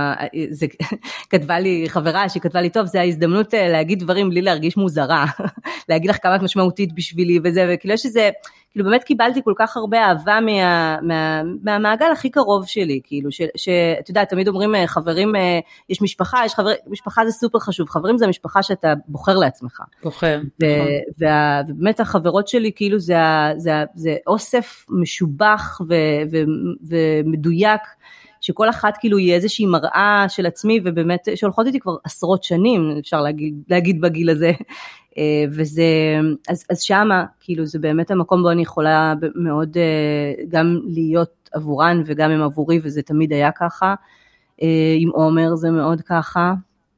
כתבה לי חברה, שכתבה לי, טוב, זה ההזדמנות להגיד דברים בלי להרגיש מוזרה, להגיד לך כמה את משמעותית בשבילי וזה, וכאילו יש איזה, כאילו באמת קיבלתי כל כך הרבה אהבה מהמעגל הכי קרוב שלי, כאילו, שאתה יודע, תמיד אומרים, חברים, יש משפחה, משפחה זה סופר חשוב, חברים זה המשפחה שאתה בוחר לעצמך. בוחר, נכון. ובאמת החברות שלי, כאילו, זה אוסף משובח ומדויק, שכל אחת כאילו יהיה איזושהי מראה של עצמי, ובאמת שהולכות איתי כבר עשרות שנים, אפשר להגיד בגיל הזה, וזה, אז שמה, כאילו זה באמת המקום בו אני יכולה מאוד גם להיות עבורן, וגם עם עבורי, וזה תמיד היה ככה, עם עומר זה מאוד ככה,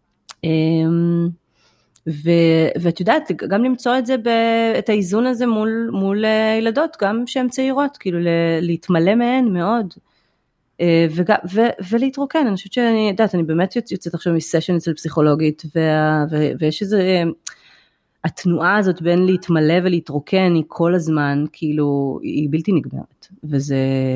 ואת יודעת, גם למצוא את זה, את האיזון הזה מול ילדות, גם שהן צעירות, כאילו להתמלא מהן מאוד, ולהתרוקן. אני חושבת שאני יודעת, אני באמת יוצאת עכשיו מסשן אצל פסיכולוגית, ויש איזה, התנועה הזאת בין להתמלא ולהתרוקן היא כל הזמן, כאילו, היא בלתי נגמרת, וזה,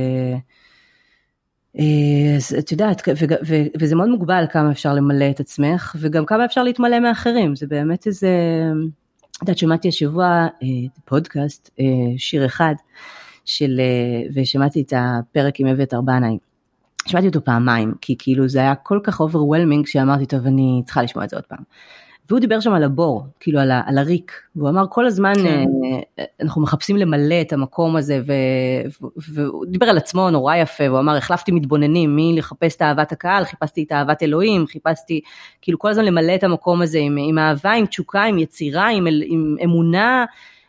את יודעת, וזה מאוד מוגבל כמה אפשר למלא את עצמך, וגם כמה אפשר להתמלא מאחרים, זה באמת איזה, את יודעת, שמעתי השבוע פודקאסט, שיר אחד, ושמעתי את הפרק עם אביתר בנאי, שמעתי אותו פעמיים, כי כאילו זה היה כל כך overwhelming, שאמרתי, טוב, אני צריכה לשמוע את זה עוד פעם. והוא דיבר שם על הבור, כאילו על הריק, והוא אמר כל הזמן, אנחנו מחפשים למלא את המקום הזה, והוא דיבר על עצמו נורא יפה, והוא אמר, החלפתי מתבוננים, מי לחפש את אהבת הקהל, חיפשתי את אהבת אלוהים, חיפשתי, כאילו כל הזמן למלא את המקום הזה, עם אהבה, עם תשוקה, עם יצירה, עם אמונה,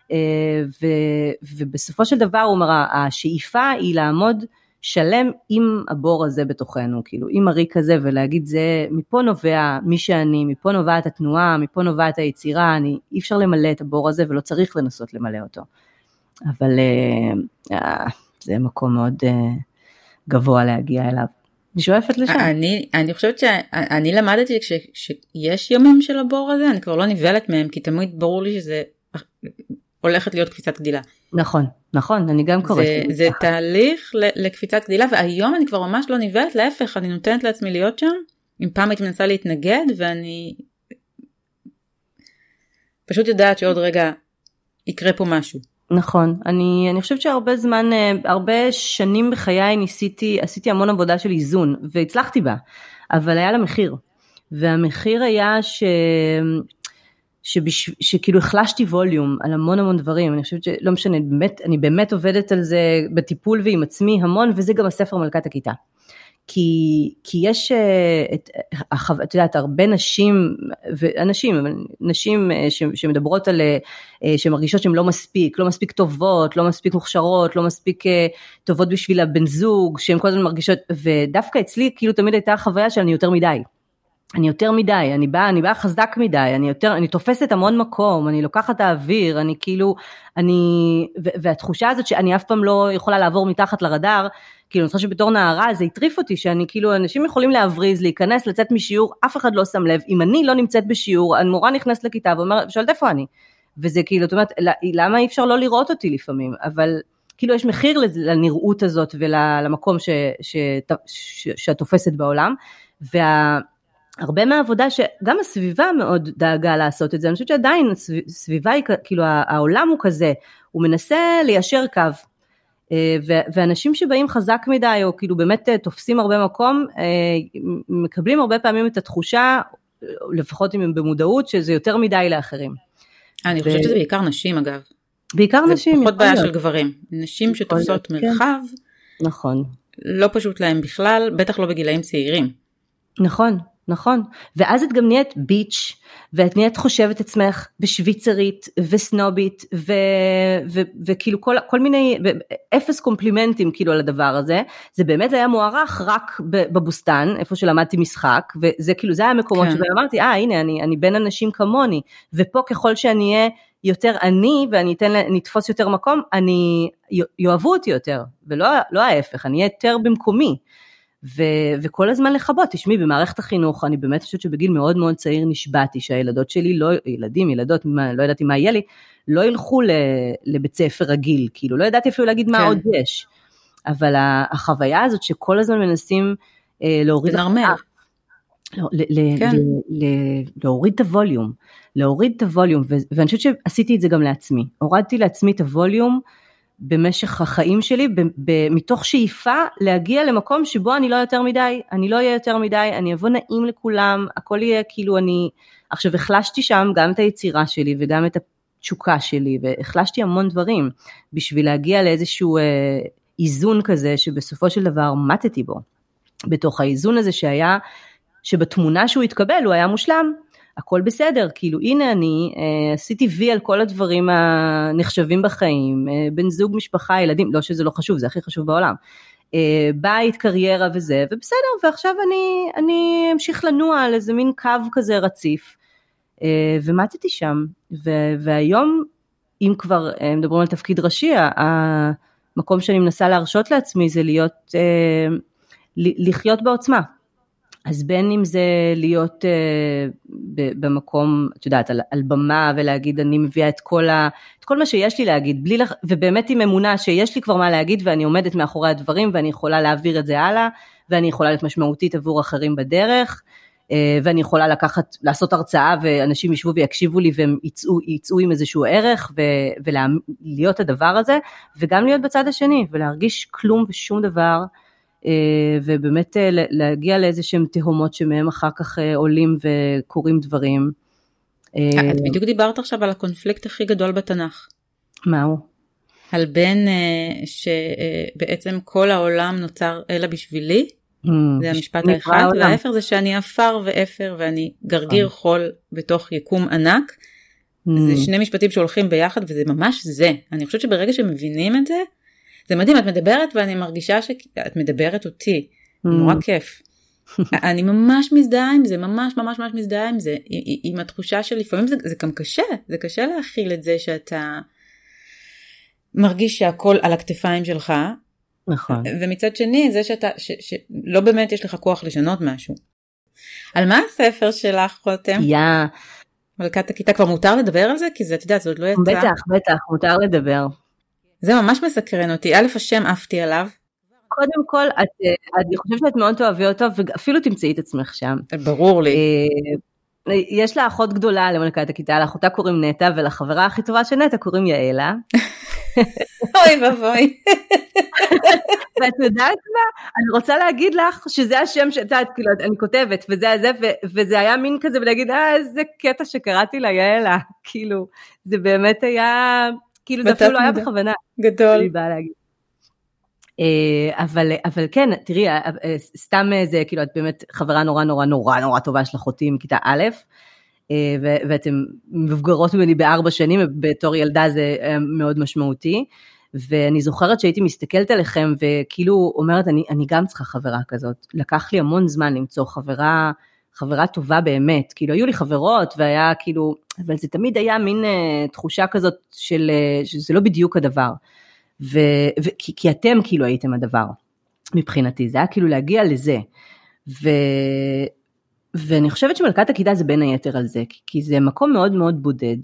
ובסופו של דבר, הוא אומר, השאיפה היא לעמוד שלם עם הבור הזה בתוכנו, כאילו עם הריק הזה, ולהגיד זה, מפה נובע מי שאני, מפה נובעת התנועה, מפה נובעת היצירה, אי אפשר למלא את הבור הזה, ולא צריך לנסות למלא אותו. אבל זה מקום מאוד גבוה להגיע אליו. אני שואפת לשם. אני חושבת שאני למדתי שיש ימים של הבור הזה, אני כבר לא נבלת מהם, כי תמיד ברור לי שזה הולכת להיות קפיצת גדילה. נכון, נכון, אני גם קוראת. זה תהליך לקפיצת גדילה, והיום אני כבר ממש לא נבלת, להפך, אני נותנת לעצמי להיות שם, אם פעם הייתי מנסה להתנגד, ואני פשוט יודעת שעוד רגע יקרה פה משהו. נכון, אני חושבת שהרבה זמן, הרבה שנים בחיי עשיתי המון עבודה של איזון, והצלחתי בה, אבל היה לה מחיר, והמחיר היה שכאילו החלשתי ווליום על המון דברים, אני חושבת שלא משנה, אני באמת עובדת על זה בטיפול ועם עצמי המון, וזה גם הספר מלכת הכיתה. כי יש, את יודעת, הרבה נשים, נשים שמדברות על, שמרגישות שהן לא מספיק טובות, לא מספיק מוכשרות, לא מספיק טובות בשביל הבן זוג, שהן כל הזמן מרגישות, ודווקא אצלי כאילו תמיד הייתה החוויה שאני יותר מדי, אני באה חזק מדי, אני תופסת המון מקום, אני לוקחת האוויר, אני כאילו, והתחושה הזאת שאני אף פעם לא יכולה לעבור מתחת לרדאר, כאילו אני חושבת שבתור נערה זה הטריף אותי, שאני כאילו, אנשים יכולים להבריז, להיכנס, לצאת משיעור, אף אחד לא שם לב, אם אני לא נמצאת בשיעור, המורה נכנס לכיתה ושואלת איפה אני, וזה כאילו, זאת אומרת, למה אי אפשר לא לראות אותי לפעמים, אבל כאילו יש מחיר לנראות הזאת, ולמקום שאת תופסת בעולם, הרבה מהעבודה שגם הסביבה מאוד דאגה לעשות את זה, אני חושבת שעדיין הסביבה היא, כאילו העולם הוא כזה, הוא מנסה ליישר קו, ואנשים שבאים חזק מדי, או כאילו באמת תופסים הרבה מקום, מקבלים הרבה פעמים את התחושה, לפחות אם הם במודעות, שזה יותר מדי לאחרים. אני חושבת שזה בעיקר נשים אגב. בעיקר נשים. זה פחות בעיה של גברים. נשים שתופסות מרחב, נכון. לא פשוט להם בכלל, בטח לא בגילאים צעירים. נכון, ואז את גם נהיית ביץ', ואת נהיית חושבת עצמך בשוויצרית וסנובית, וכאילו כל מיני, אפס קומפלימנטים כאילו על הדבר הזה, זה באמת היה מוערך רק בבוסטן, איפה שלמדתי משחק, וזה כאילו, זה היה המקומות שבהם אמרתי, הנה, אני בין אנשים כמוני, ופה ככל שאני אהיה יותר אני, ואני נתפוס יותר מקום, אני יאהבו אותי יותר, ולא ההפך, אני אהיה יותר במקומי, וכל הזמן לחבות, תשמעי, במערכת החינוך, אני באמת חושבת שבגיל מאוד מאוד צעיר נשבעתי, שהילדות שלי, ילדות, לא ידעתי מה יהיה לי, לא ילכו לבית ספר רגיל, כאילו, לא ידעתי אפילו להגיד מה עוד יש, אבל החוויה הזאת שכל הזמן מנסים להוריד להוריד את הווליום, ואני חושבת שעשיתי את זה גם לעצמי, הורדתי לעצמי את הווליום, במשך החיים שלי, מתוך שאיפה להגיע למקום שבו אני לא יותר מדי, אני לא אהיה יותר מדי, אני אבוא נעים לכולם, הכל יהיה כאילו אני, עכשיו החלשתי שם גם את היצירה שלי וגם את התשוקה שלי, והחלשתי המון דברים, בשביל להגיע לאיזשהו איזון כזה, שבסופו של דבר מתתי בו, בתוך האיזון הזה שהיה, שבתמונה שהוא התקבל הוא היה מושלם, הכל בסדר, כאילו הנה אני עשיתי וי על כל הדברים הנחשבים בחיים, בן זוג, משפחה, ילדים, לא שזה לא חשוב, זה הכי חשוב בעולם, בית, קריירה וזה, ובסדר, ועכשיו אני אמשיך לנוע על איזה מין קו כזה רציף, ומתתי שם, והיום, אם כבר מדברים על תפקיד ראשי, המקום שאני מנסה להרשות לעצמי, זה לחיות בעוצמה, אז בין אם זה להיות במקום, את יודעת, על במה ולהגיד אני מביאה את כל מה שיש לי להגיד, ובאמת עם אמונה שיש לי כבר מה להגיד ואני עומדת מאחורי הדברים ואני יכולה להעביר את זה הלאה, ואני יכולה להיות משמעותית עבור אחרים בדרך, ואני יכולה לעשות הרצאה ואנשים ישבו ויקשיבו לי והם יצאו עם איזשהו ערך ולהיות הדבר הזה, וגם להיות בצד השני ולהרגיש כלום ושום דבר, ובאמת להגיע לאיזה שהם תהומות שמהם אחר כך עולים וקוראים דברים. את בדיוק דיברת עכשיו על הקונפליקט הכי גדול בתנ"ך. מהו? על בן שבעצם כל העולם נוצר אלא בשבילי, זה המשפט האחד, והאפר זה שאני אפר ואפר ואני גרגיר חול בתוך יקום ענק, זה שני משפטים שהולכים ביחד וזה ממש זה. אני חושבת שברגע שמבינים את זה, זה מדהים, את מדברת ואני מרגישה שאת מדברת אותי, נורא כיף. אני ממש מזדהה עם זה, ממש מזדהה עם זה, עם התחושה שלפעמים זה גם קשה, זה קשה להכיל את זה שאתה מרגיש שהכל על הכתפיים שלך, נכון. ומצד שני, זה שאתה, שלא באמת יש לך כוח לשנות משהו. על מה הספר שלך, רותם? מלכת הכיתה, כבר מותר לדבר על זה? כי זה, את יודעת, זה עוד לא יצא. בטח, מותר לדבר. זה ממש מסקרן אותי. א' השם עפתי עליו. קודם כל, אני חושבת שאת מאוד תאהבי אותו, ואפילו תמצאי את עצמך שם. ברור לי. יש לה אחות גדולה למלכת הכיתה, לאחותה קוראים נטע, ולחברה הכי טובה של נטע קוראים יעלה. אוי ובוי. ואת יודעת מה? אני רוצה להגיד לך שזה השם שאתה, כאילו, אני כותבת, וזה היה מין כזה, ולהגיד, איזה קטע שקראתי לה יעלה. כאילו, זה באמת היה... כאילו זה אפילו לא היה בכוונה. גדול. אני באה להגיד. אבל כן, תראי, סתם זה, כאילו, את באמת חברה נורא טובה של אחותי מכיתה א', ואתם מבוגרות ממני ב4 שנים, בתור ילדה זה מאוד משמעותי, ואני זוכרת שהייתי מסתכלת עליכם, וכאילו אומרת, אני גם צריכה חברה כזאת. לקח לי המון זמן למצוא חברה טובה באמת, כאילו היו לי חברות, והיה כאילו, אבל זה תמיד היה מין תחושה כזאת שזה לא בדיוק הדבר, כי אתם כאילו הייתם הדבר, מבחינתי, זה היה כאילו להגיע לזה, ואני חושבת שמלכת הכיתה זה בין היתר על זה, כי זה מקום מאוד מאוד בודד,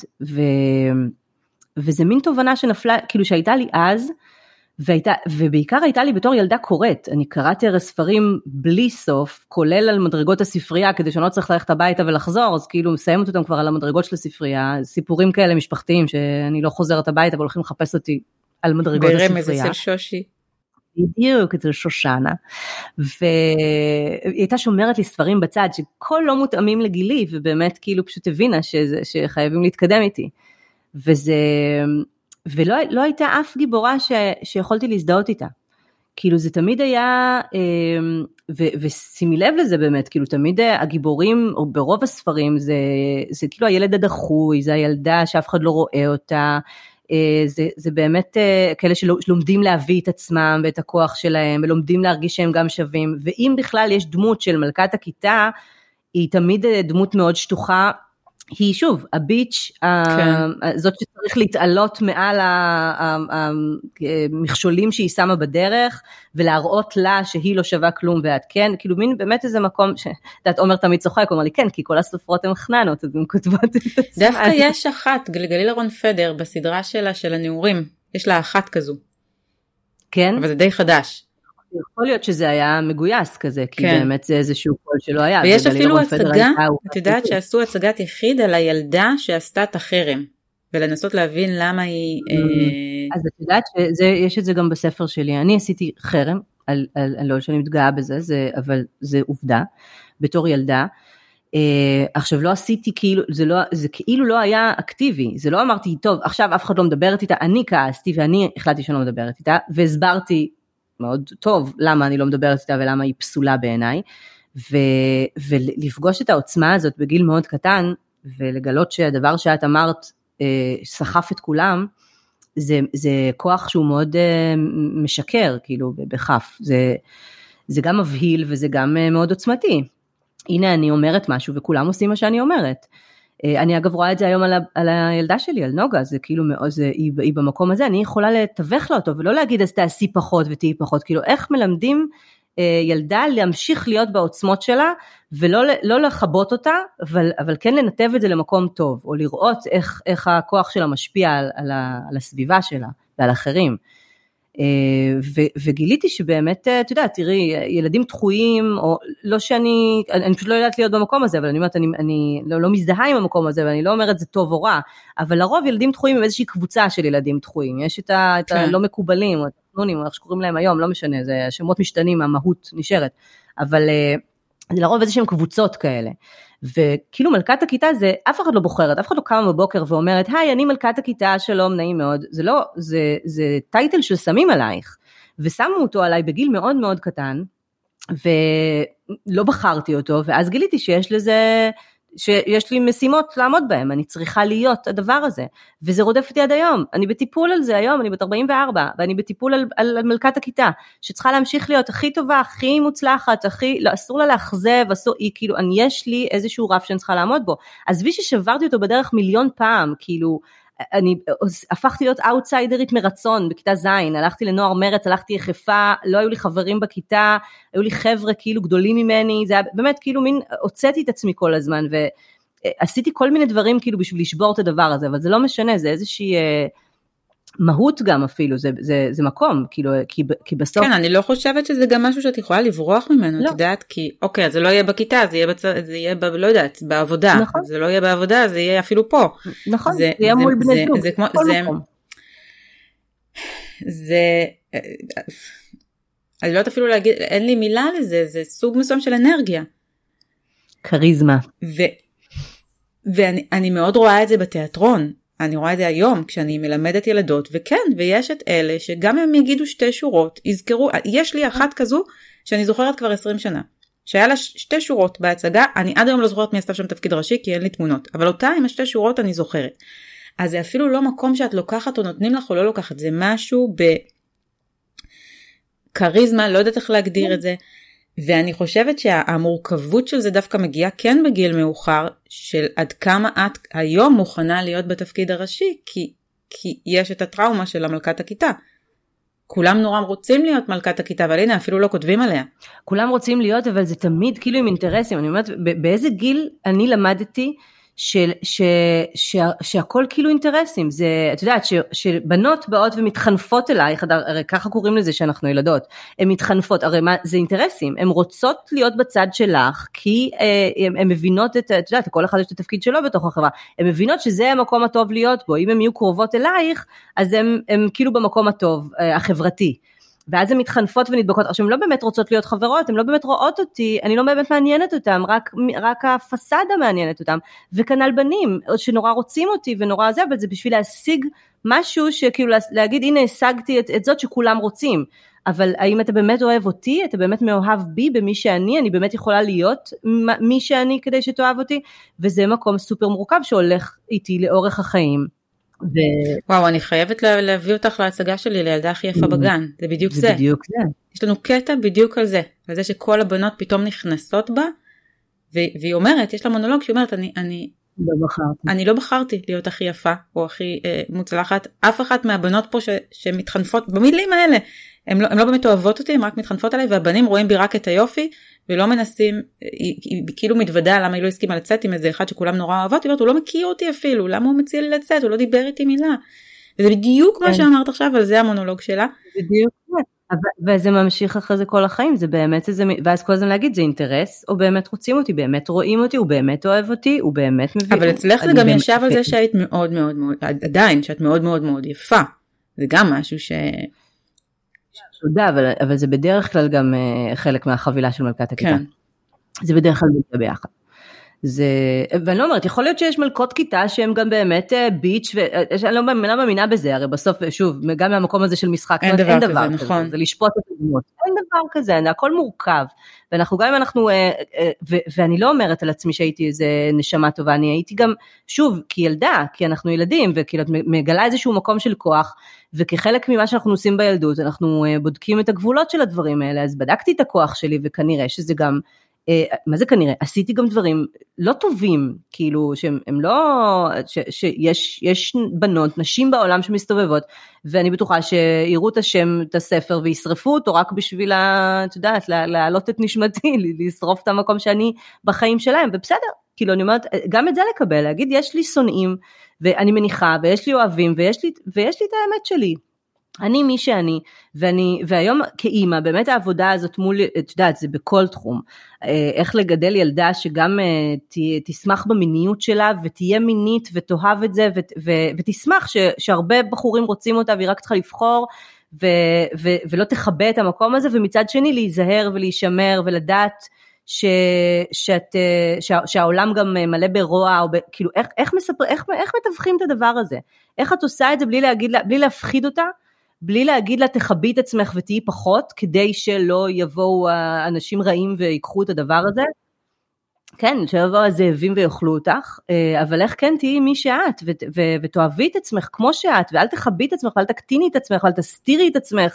וזה מין תובנה שנפלה, כאילו שהייתה לי אז, ובעיקר הייתה לי בתור ילדה קוראת, אני קראתי הרי ספרים בלי סוף, כולל על מדרגות הספרייה, כדי שאני לא צריך ללכת הביתה ולחזור, אז כאילו מסיימת אותם כבר על המדרגות של הספרייה, סיפורים כאלה משפחתיים, שאני לא חוזרת הביתה, אבל הולכים לחפש אותי על מדרגות הספרייה. ברמז אצל שושי. בדיוק, אצל שושנה, והיא הייתה שומרת לי ספרים בצד, שכל לא מותאמים לגילי, ובאמת כאילו פשוט הבינה שחייבים להתקדם איתי, ולא הייתה אף גיבורה שיכולתי להזדהות איתה, כאילו זה תמיד היה, ושימי לב לזה באמת, כאילו תמיד הגיבורים, או ברוב הספרים, זה כאילו הילד הדחוי, זה הילדה שאף אחד לא רואה אותה, זה באמת כאלה שלומדים להביא את עצמם, ואת הכוח שלהם, ולומדים להרגיש שהם גם שווים, ואם בכלל יש דמות של מלכת הכיתה, היא תמיד דמות מאוד שטוחה, היא שוב, הביץ', זאת שצריך להתעלות מעל המכשולים שהיא שמה בדרך, ולהראות לה שהיא לא שווה כלום, ואת כן, כאילו מין באמת איזה מקום, שאת עומר תמיד צוחק, אומר לי כן, כי כל הסופרות הן חננות, אז הן כותבות את עצמן. דווקא יש אחת, גליל רון פדר, בסדרה שלה, של הנעורים, יש לה אחת כזו. כן? אבל זה די חדש. יכול להיות שזה היה מגויס כזה, כי באמת זה איזשהו קול שלא היה. ויש אפילו הצגה, את יודעת שעשו הצגת יחיד על הילדה שעשתה את החרם, ולנסות להבין למה היא אז את יודעת שיש את זה גם בספר שלי, אני עשיתי חרם, לא שאני מתגאה בזה, אבל זה עובדה, בתור ילדה, עכשיו לא עשיתי כאילו, זה כאילו לא היה אקטיבי, זה לא אמרתי, טוב, עכשיו אף אחד לא מדברת איתה, אני כעסתי ואני החלטתי שאני לא מדברת איתה, והסברתי מאוד טוב למה אני לא מדברת איתה ולמה היא פסולה בעיניי, ולפגוש את העוצמה הזאת בגיל מאוד קטן, ולגלות שהדבר שאת אמרת סחף את כולם, זה כוח שהוא מאוד משקר, כאילו בכף, זה גם מבהיל וזה גם מאוד עוצמתי. הנה אני אומרת משהו וכולם עושים מה שאני אומרת. אני אגב רואה את זה היום על הילדה שלי, על נוגה, זה כאילו מאוד, היא במקום הזה, אני יכולה לתווך לה אותו, ולא להגיד אז תעשי פחות ותהי פחות, כאילו איך מלמדים ילדה להמשיך להיות בעוצמות שלה, ולא לחבות אותה, אבל כן לנתב את זה למקום טוב, או לראות איך הכוח שלה משפיע על הסביבה שלה, ועל אחרים. וגיליתי שבאמת, אתה יודע, תראי, ילדים דחויים, או לא שאני פשוט לא יודעת להיות במקום הזה, אבל אני אומרת, אני לא מזדהה עם המקום הזה, ואני לא אומרת זה טוב או רע, אבל לרוב ילדים דחויים הם איזושהי קבוצה של ילדים דחויים, יש את הלא מקובלים, או את התכנונים, או איך שקוראים להם היום, לא משנה, זה השמות משתנים, המהות נשארת, אבל זה לרוב איזשהם קבוצות כאלה, וכאילו מלכת הכיתה זה, אף אחד לא בוחרת, אף אחד לא קמה בבוקר ואומרת, היי, אני מלכת הכיתה, שלום, נעים מאוד, זה לא, זה טייטל ששמים עלייך, ושמו אותו עליי בגיל מאוד מאוד קטן, ולא בחרתי אותו, ואז גיליתי שיש לי משימות לעמוד בהם, אני צריכה להיות הדבר הזה, וזה רודף אותי עד היום, אני בטיפול על זה היום, אני בת 44, ואני בטיפול על מלכת הכיתה, שצריכה להמשיך להיות הכי טובה, הכי מוצלחת, לא, אסור לה להחזב, כאילו, יש לי איזשהו רף שאני צריכה לעמוד בו, אז בי ששברתי אותו בדרך מיליון פעם, כאילו, אני הפכתי להיות אאוטסיידרית מרצון בכיתה זין, הלכתי לנוער מרץ, הלכתי יחפה, לא היו לי חברים בכיתה, היו לי חבר'ה כאילו גדולים ממני, זה היה באמת כאילו מין, הוצאתי את עצמי כל הזמן, ועשיתי כל מיני דברים כאילו בשביל לשבור את הדבר הזה, אבל זה לא משנה, זה איזושהי מהות גם אפילו, זה מקום, כאילו, כי בסוף... כן, אני לא חושבת שזה גם משהו שאת יכולה לברוח ממנו, את יודעת, כי, אוקיי, אז זה לא יהיה בכיתה, זה יהיה, לא יודעת, בעבודה, זה לא יהיה בעבודה, זה יהיה אפילו פה. נכון, זה יהיה מול בני זוג, כל מקום. אני לא יודעת אפילו להגיד, אין לי מילה לזה, זה סוג מסוים של אנרגיה. קריזמה. ואני מאוד רואה את זה בתיאטרון, אני רואה את זה היום, כשאני מלמדת ילדות, וכן, ויש את אלה, שגם הם יגידו שתי שורות, יזכרו, יש לי אחת כזו, שאני זוכרת כבר 20 שנה, שהיה לה 2 שורות בהצגה, אני עד היום לא זוכרת מי עשתה שם תפקיד ראשי, כי אין לי תמונות, אבל אותה עם 2 שורות אני זוכרת. אז זה אפילו לא מקום שאת לוקחת, או נותנים לך או לא לוקחת, זה משהו בקריזמה, לא יודעת איך להגדיר את זה, ואני חושבת שהמורכבות של זה דווקא מגיעה כן בגיל מאוחר, של עד כמה את היום מוכנה להיות בתפקיד הראשי, כי יש את הטראומה של המלכת הכיתה. כולם נורא רוצים להיות מלכת הכיתה, אבל הנה אפילו לא כותבים עליה. כולם רוצים להיות, אבל זה תמיד כאילו עם אינטרסים. אני אומרת, באיזה גיל אני למדתי שהכל כאילו אינטרסים, זה, את יודעת, שבנות באות ומתחנפות אלייך, הרי ככה קוראים לזה שאנחנו ילדות, הן מתחנפות, הרי מה, זה אינטרסים, הן רוצות להיות בצד שלך, כי הן מבינות את יודעת, כל אחד יש את התפקיד שלו בתוך החברה, הן מבינות שזה המקום הטוב להיות בו, אם הן יהיו קרובות אלייך, אז הן כאילו במקום הטוב, החברתי, ואז הן מתחנפות ונדבקות, עכשיו הן לא באמת רוצות להיות חברות, הן לא באמת רואות אותי, אני לא באמת מעניינת אותם, רק הפסדה מעניינת אותם, וכנל בנים, שנורא רוצים אותי ונורא זה, אבל זה בשביל להשיג משהו שכאילו להגיד, הנה השגתי את זאת שכולם רוצים, אבל האם אתה באמת אוהב אותי, אתה באמת מאוהב בי במי שאני, אני באמת יכולה להיות מי שאני כדי שתאהב אותי, וזה מקום סופר מורכב שהולך איתי לאורך החיים. וואו, אני חייבת להביא אותך להצגה שלי לילדה הכי יפה בגן, זה בדיוק זה. יש לנו קטע בדיוק על זה, על זה שכל הבנות פתאום נכנסות בה, והיא אומרת, יש לה מונולוג שהיא אומרת, אני לא בחרתי להיות הכי יפה, או הכי מוצלחת, אף אחת מהבנות פה שמתחנפות, במילים האלה, הן לא באמת אוהבות אותי, הן רק מתחנפות עליי, והבנים רואים בי רק את היופי, ולא מנסים, היא כאילו מתוודה למה היא לא הסכימה לצאת עם איזה אחד שכולם נורא אוהבות, היא אומרת, הוא לא מכיר אותי אפילו, למה הוא מציע לי לצאת, הוא לא דיבר איתי מילה. וזה בדיוק מה שאמרת עכשיו, אבל זה המונולוג שלה. בדיוק, וזה ממשיך אחרי זה כל החיים, זה באמת איזה, ואז כל הזמן להגיד, זה אינטרס, או באמת רוצים אותי, באמת רואים אותי, הוא באמת אוהב אותי, הוא באמת מביא. אבל אצלך זה גם ישב על זה שהיית מאוד מאוד מאוד, עדיין, שאת מאוד מאוד מאוד יפה. זה גם משהו תודה, אבל זה בדרך כלל גם חלק מהחבילה של מלכת הכיתה. כן. זה בדרך כלל ביחד. ואני לא אומרת, יכול להיות שיש מלכות כיתה שהן גם באמת ביץ' ואני לא מאמינה בזה, הרי בסוף, שוב, גם מהמקום הזה של משחק, אין דבר כזה, נכון. זה לשפוט את הדמות, אין דבר כזה, הכל מורכב, ואנחנו גם אם אנחנו, ואני לא אומרת על עצמי שהייתי איזה נשמה טובה, אני הייתי גם, שוב, כילדה, כי אנחנו ילדים, וכאילו את מגלה איזשהו מקום של כוח, וכחלק ממה שאנחנו עושים בילדות, אנחנו בודקים את הגבולות של הדברים האלה, אז בדקתי את הכוח שלי, וכנראה שזה גם, מה זה כנראה? עשיתי גם דברים לא טובים, כאילו שהם לא, שיש בנות, נשים בעולם שמסתובבות, ואני בטוחה שיראו את השם, את הספר, וישרפו אותו רק בשביל, את יודעת, להעלות את נשמתי, לשרוף את המקום שאני בחיים שלהם, ובסדר, כאילו אני אומרת, גם את זה לקבל, להגיד, יש לי שונאים, ואני מניחה, ויש לי אוהבים, ויש לי את האמת שלי. אני מי שאני, והיום כאימא, באמת העבודה הזאת מול, את יודעת, זה בכל תחום, איך לגדל ילדה שגם תשמח במיניות שלה, ותהיה מינית, ותאהב את זה, ותשמח שהרבה בחורים רוצים אותה, והיא רק צריכה לבחור, ולא תחבא את המקום הזה, ומצד שני להיזהר ולהישמר, ולדעת שהעולם גם מלא ברוע, כאילו איך מתווכים את הדבר הזה? איך את עושה את זה בלי להפחיד אותה? בלי להגיד לה תחבי את עצמך ותהי פחות, כדי שלא יבואו אנשים רעים ויקחו את הדבר הזה. כן, שיבואו הזאבים ויאכלו אותך, אבל איך כן תהיי מי שאת, ותאהבי את עצמך כמו שאת, ואל תחבי את עצמך, ואל תקטיני את עצמך, ואל תסתירי את עצמך,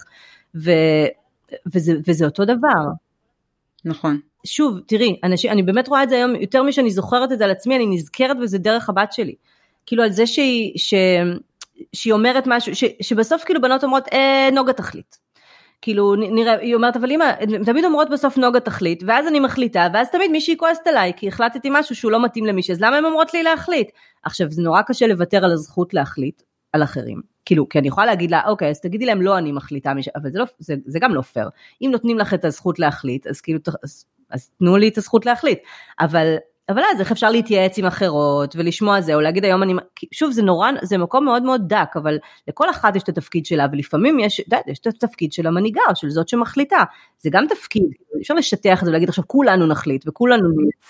וזה אותו דבר. נכון. שוב, תראי, אני באמת רואה את זה היום, יותר משאני זוכרת את זה על עצמי, אני נזכרת בזה דרך הבת שלי. כאילו על זה שהיא אומרת משהו, שבסוף כאילו בנות אומרות, נוגה תחליט. כאילו נראה, היא אומרת, אבל אמא, תמיד אומרות בסוף נוגה תחליט, ואז אני מחליטה, ואז תמיד מישהי כועסת עליי, כי החלטתי משהו שהוא לא מתאים למישהו, אז למה הן אומרות לי להחליט? עכשיו, זה נורא קשה לוותר על הזכות להחליט על אחרים. כאילו, כי אני יכולה להגיד לה, אוקיי, אז תגידי להם, לא אני מחליטה, אבל זה גם לא פייר. אם נותנים לך את הזכות להחליט, אז כאילו, אז תנו לי את הזכות להחליט. אבל אז איך אפשר להתייעץ עם אחרות, ולשמוע זה, או להגיד היום שוב זה נורא, זה מקום מאוד מאוד דק, אבל לכל אחת יש את התפקיד שלה, ולפעמים יש את התפקיד של המנהיגה, של זאת שמחליטה, זה גם תפקיד, אפשר לשטח את זה, ולהגיד עכשיו כולנו נחליט, וכולנו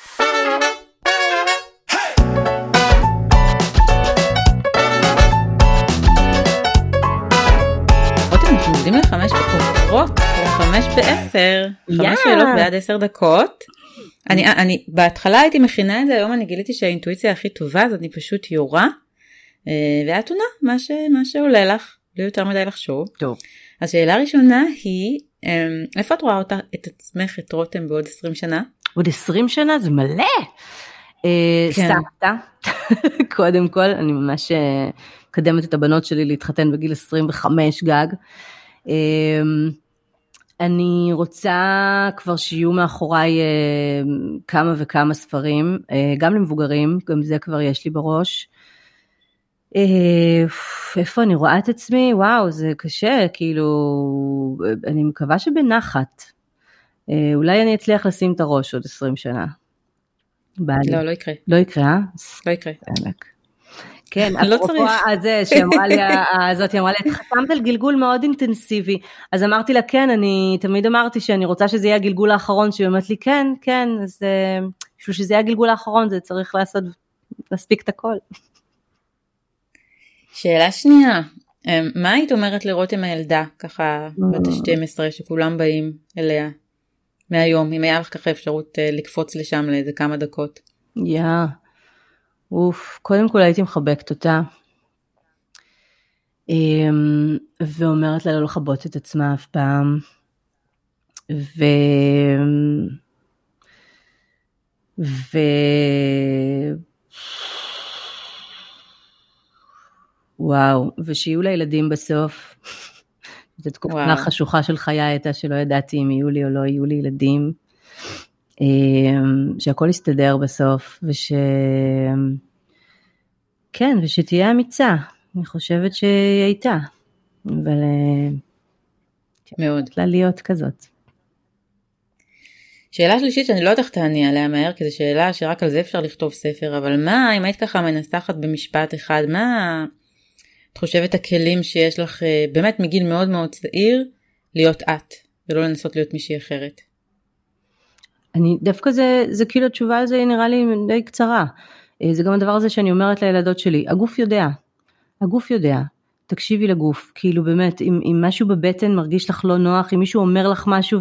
אנחנו עובדים ל5 בקוברות, ל5 ב10, 5 שאלות בעד 10 דקות, אני בהתחלה הייתי מכינה את זה, היום אני גיליתי שהאינטואיציה הכי טובה, אז אני פשוט יורה, ואת עונה, מה שעולה לך, לא יותר מדי לחשוב. טוב. אז שאלה ראשונה היא, איפה את רואה את עצמך, את רותם בעוד 20 שנה? עוד 20 שנה זה מלא. סבתא, קודם כל, אני ממש מקדמת את הבנות שלי להתחתן בגיל 25 גג. אני רוצה כבר שיהיו מאחוריי כמה וכמה ספרים, גם למבוגרים, גם זה כבר יש לי בראש. איפה אני רואה את עצמי? וואו, זה קשה, כאילו, אני מקווה שבנחת. אולי אני אצליח לשים את הראש עוד 20 שנה. לא יקרה. לא יקרה? לא יקרה. כן, אפרופו הזה שאמרה לי, הזאת אמרה לי, את חתמת על גלגול מאוד אינטנסיבי, אז אמרתי לה, כן, אני תמיד אמרתי שאני רוצה שזה יהיה הגלגול האחרון, שהיא אומרת לי, כן, אז בשביל שזה יהיה הגלגול האחרון, זה צריך להספיק את הכל. שאלה שנייה, מה היית אומרת לרותם הילדה, ככה בת 12, שכולם באים אליה, מהיום, אם היה לך ככה אפשרות לקפוץ לשם לאיזה כמה דקות? קודם כל הייתי מחבקת אותה, ואומרת לה לא לחבות את עצמה אף פעם, וואו, ושיהיו לילדים בסוף, זו תקופה חשוכה של חיי הייתה שלא ידעתי אם יהיו לי או לא יהיו לי ילדים, שהכל יסתדר בסוף, כן, ושתהיה אמיצה, אני חושבת שהיא הייתה, אבל מאוד. יכולה להיות כזאת. שאלה שלישית שאני לא יודעת איך תעני עליה מהר, כי זו שאלה שרק על זה אפשר לכתוב ספר, אבל מה, אם היית ככה מנסחת במשפט אחד, מה, את חושבת הכלים שיש לך באמת מגיל מאוד מאוד צעיר, להיות את, ולא לנסות להיות מישהי אחרת? אני דווקא זה כאילו התשובה על זה נראה לי די קצרה. זה גם הדבר הזה שאני אומרת לילדות שלי, הגוף יודע, תקשיבי לגוף, כאילו באמת, אם משהו בבטן מרגיש לך לא נוח, אם מישהו אומר לך משהו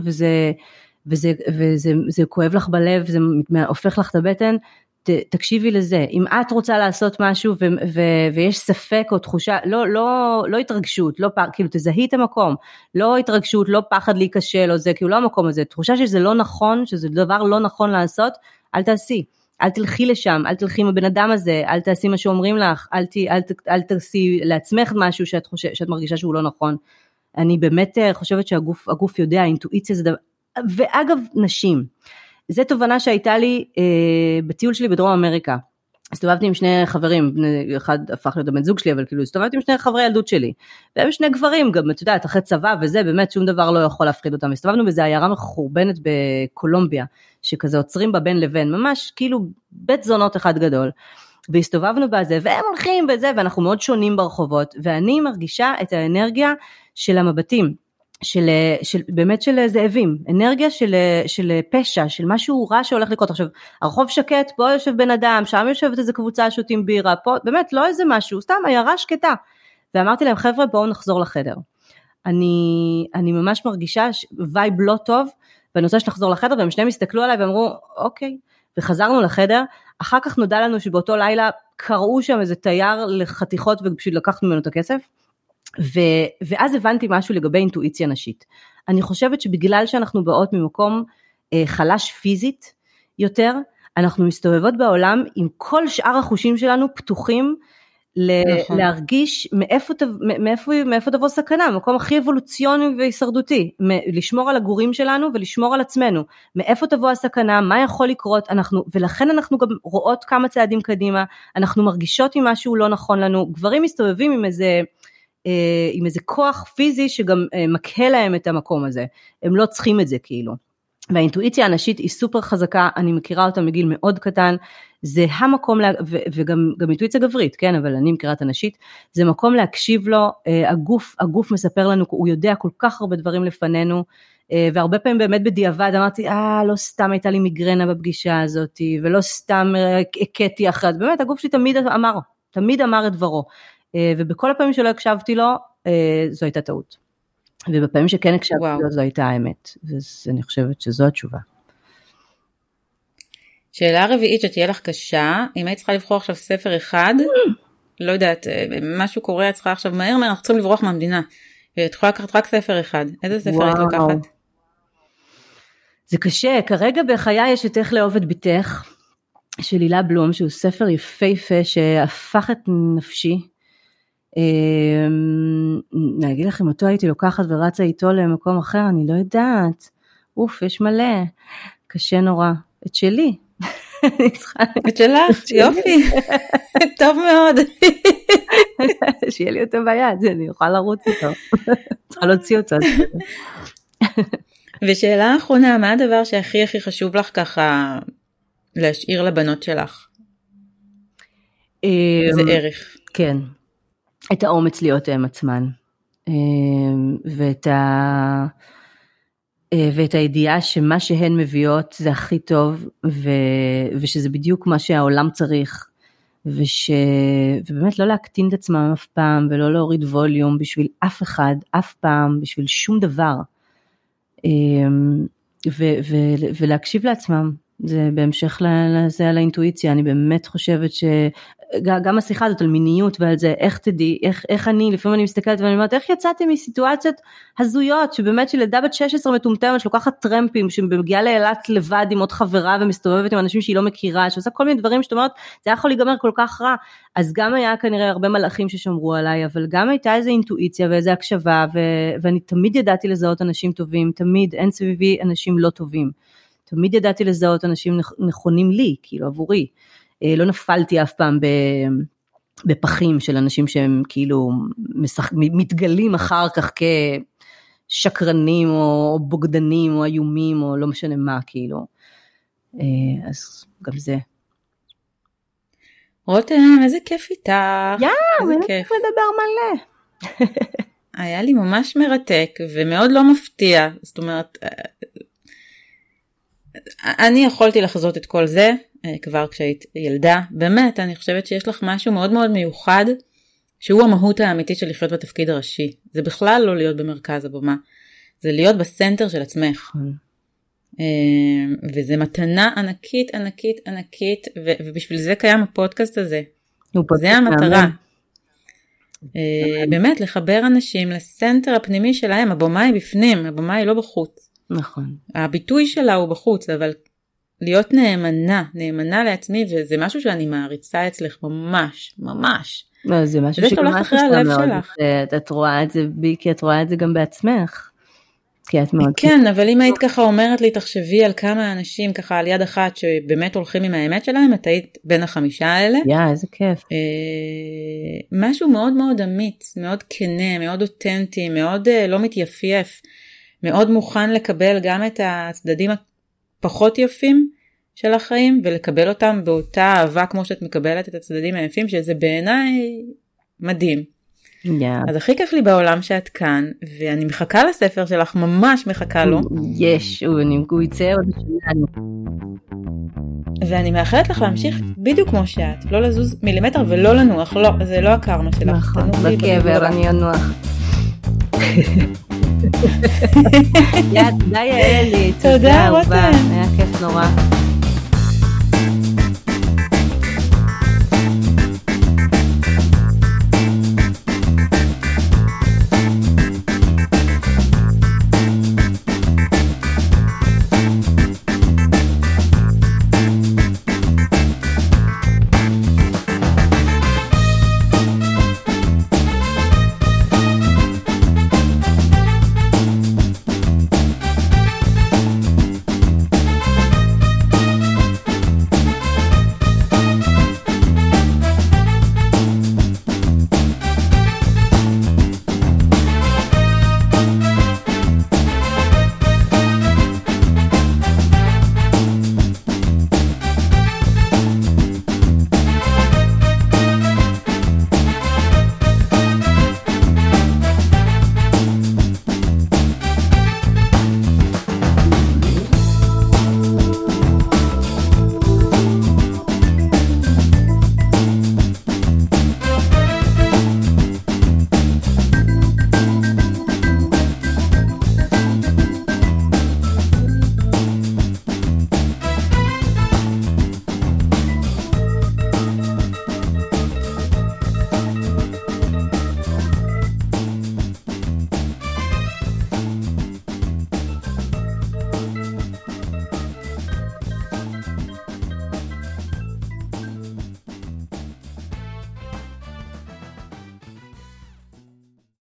וזה כואב לך בלב, זה הופך לך את הבטן, תקשיבי לזה. אם את רוצה לעשות משהו ויש ספק או תחושה, לא התרגשות, כאילו תזהי את המקום, לא התרגשות, לא פחד להיכשל או זה, כאילו לא המקום הזה, תחושה שזה לא נכון, שזה דבר לא נכון לעשות, אל תעשי. אל תלכי לשם, אל תלכי עם הבן אדם הזה, אל תעשי מה שאומרים לך, אל תעשי לעצמך משהו שאת מרגישה שהוא לא נכון. אני באמת חושבת שהגוף יודע, האינטואיציה זה דבר, ואגב נשים, זו תובנה שהייתה לי בטיול שלי בדרום אמריקה, הסתובבתי עם שני חברים, אחד הפך להיות הבן זוג שלי, אבל כאילו הסתובבתי עם שני חברי ילדות שלי, והם שני גברים, גם את יודעת, אחרי צבא וזה, באמת שום דבר לא יכול להפחיד אותם, הסתובבנו בזה עיירה מחורבנת בקולומביה, שכזה עוצרים בה בין לבין, ממש כאילו בית זונות אחד גדול, והסתובבנו בזה, והם הולכים בזה, ואנחנו מאוד שונים ברחובות, ואני מרגישה את האנרגיה של המבטים, באמת של זאבים, אנרגיה של פשע, של משהו רע שהולך לקרות. עכשיו, הרחוב שקט, פה יושב בן אדם, שם יושבת איזה קבוצה שותים בירה, פה באמת לא איזה משהו, סתם עיירה שקטה. ואמרתי להם, חבר'ה, בואו נחזור לחדר. אני ממש מרגישה וייב לא טוב, בנושא שנחזור לחדר, והם שניהם הסתכלו עליי ואמרו, אוקיי, וחזרנו לחדר. אחר כך נודע לנו שבאותו לילה קראו שם איזה תייר לחתיכות, ופשוט לקחנו ממנו את הכסף. ואז הבנתי משהו לגבי אינטואיציה נשית. אני חושבת שבגלל שאנחנו באות ממקום חלש פיזית יותר, אנחנו מסתובבות בעולם עם כל שאר החושים שלנו פתוחים להרגיש מאיפה תבוא סכנה, מקום הכי אבולוציוני והישרדותי, לשמור על הגורים שלנו ולשמור על עצמנו, מאיפה תבוא הסכנה, מה יכול לקרות, ולכן אנחנו גם רואות כמה צעדים קדימה, אנחנו מרגישות עם משהו לא נכון לנו, גברים מסתובבים עם איזה כוח פיזי שגם מקהה להם את המקום הזה, הם לא צריכים את זה כאילו, והאינטואיציה הנשית היא סופר חזקה, אני מכירה אותה מגיל מאוד קטן, זה המקום, וגם אינטואיציה גברית, כן, אבל אני מכירה את הנשית, זה מקום להקשיב לו, הגוף מספר לנו, הוא יודע כל כך הרבה דברים לפנינו, והרבה פעמים באמת בדיעבד אמרתי, לא סתם הייתה לי מיגרנה בפגישה הזאת, ולא סתם הקטי אחת, באמת הגוף שלי תמיד אמר את דברו, ובכל הפעמים שלא הקשבתי לו, זו הייתה טעות. ובפעמים שכן הקשבתי לו, זו הייתה האמת. ואני חושבת שזו התשובה. שאלה רביעית שתהיה לך קשה, אם היית צריכה לבחור עכשיו ספר אחד, לא יודעת, משהו קורה, את צריכה עכשיו מהר, אנחנו צריכים לברוח מהמדינה. את יכולה לקחת רק ספר אחד. איזה ספר היית לוקחת? זה קשה, כרגע בחיי יש את איך לאהוב את ביתך, של הילה בלום, שהוא ספר יפהפה, שהפך את נפשי, אני אגיד לכם, אותו הייתי לוקחת ורצה איתו למקום אחר, אני לא יודעת, יש מלא, קשה נורא, את שלי. את שלך, יופי, טוב מאוד. שיהיה לי אותו ביד, אני אוכל לרוץ איתו, צריכה להוציא אותו. ושאלה האחרונה, מה הדבר שהכי הכי חשוב לך ככה להשאיר לבנות שלך? זה ערך. כן. את האומץ להיות הם עצמן, ואת הידיעה שמה שהן מביאות זה הכי טוב, ושזה בדיוק מה שהעולם צריך, ובאמת לא להקטין את עצמם אף פעם, ולא להוריד ווליום בשביל אף אחד, אף פעם, בשביל שום דבר, ולהקשיב לעצמם, זה בהמשך לזה על האינטואיציה, אני באמת חושבת שגם השיחה הזאת על מיניות ועל זה, איך תדעי, איך אני, לפעמים אני מסתכלת ואני אומרת, איך יצאתי מסיטואציות הזויות, שבאמת שילדה בת 16 מטומטמת, שלוקחת טרמפים, שמגיעה לאילת לבד עם עוד חברה, ומסתובבת עם אנשים שהיא לא מכירה, שעושה כל מיני דברים שאת אומרת, זה יכול להיגמר כל כך רע, אז גם היה כנראה הרבה מלאכים ששמרו עליי, אבל גם הייתה איזו אינטואיציה ואיזו הקשבה, ואני תמיד ידעתי לזהות אנשים טובים, תמיד אין סביבי אנשים לא טובים. תמיד ידעתי לזהות אנשים נכונים לי, כאילו עבורי. לא נפלתי אף פעם בפחים של אנשים שהם כאילו מתגלים אחר כך כשקרנים או בוגדנים או איומים או לא משנה מה כאילו. אז גם זה. רותם, איזה כיף איתך. באמת צריך לדבר מלא. היה לי ממש מרתק ומאוד לא מפתיע. זאת אומרת, אני יכולתי לחזות את כל זה כבר כשהיית ילדה. באמת, אני חושבת שיש לך משהו מאוד מאוד מיוחד, שהוא המהות האמיתית של לחיות בתפקיד הראשי. זה בכלל לא להיות במרכז הבמה. זה להיות בסנטר של עצמך. וזה מתנה ענקית, ענקית, ענקית, ובשביל זה קיים הפודקאסט הזה. זה המטרה. באמת, לחבר אנשים לסנטר הפנימי שלהם. הבמה היא בפנים, הבמה היא לא בחוץ. נכון. הביטוי שלה הוא בחוץ, אבל להיות נאמנה לעצמי, וזה משהו שאני מעריצה אצלך ממש, ממש. לא, זה משהו שגם אחרי הלב שלך. את רואה את זה בי, כי את רואה את זה גם בעצמך. כן, אבל אם היית ככה אומרת לי, תחשבי על כמה אנשים ככה על יד אחת שבאמת הולכים עם האמת שלהם, את היית בין 5 האלה. איזה כיף. משהו מאוד מאוד אמיץ, מאוד כנה, מאוד אותנטי, מאוד לא מתייפייף, מאוד מוכן לקבל גם את הצדדים הפחות יפים של החיים, ולקבל אותם באותה אהבה כמו שאת מקבלת את הצדדים היפים, שזה בעיניי מדהים. אז הכי כיף לי בעולם שאת כאן, ואני מחכה לספר שלך, ממש מחכה לו. הוא יצא עוד שלנו. ואני מאחלת לך להמשיך בדיוק כמו שאת, לא לזוז מילימטר ולא לנוח, לא, זה לא הקרמה שלך. בקבר אני אנוח. תודה יעלי, תודה רותם. היה כיף נורא.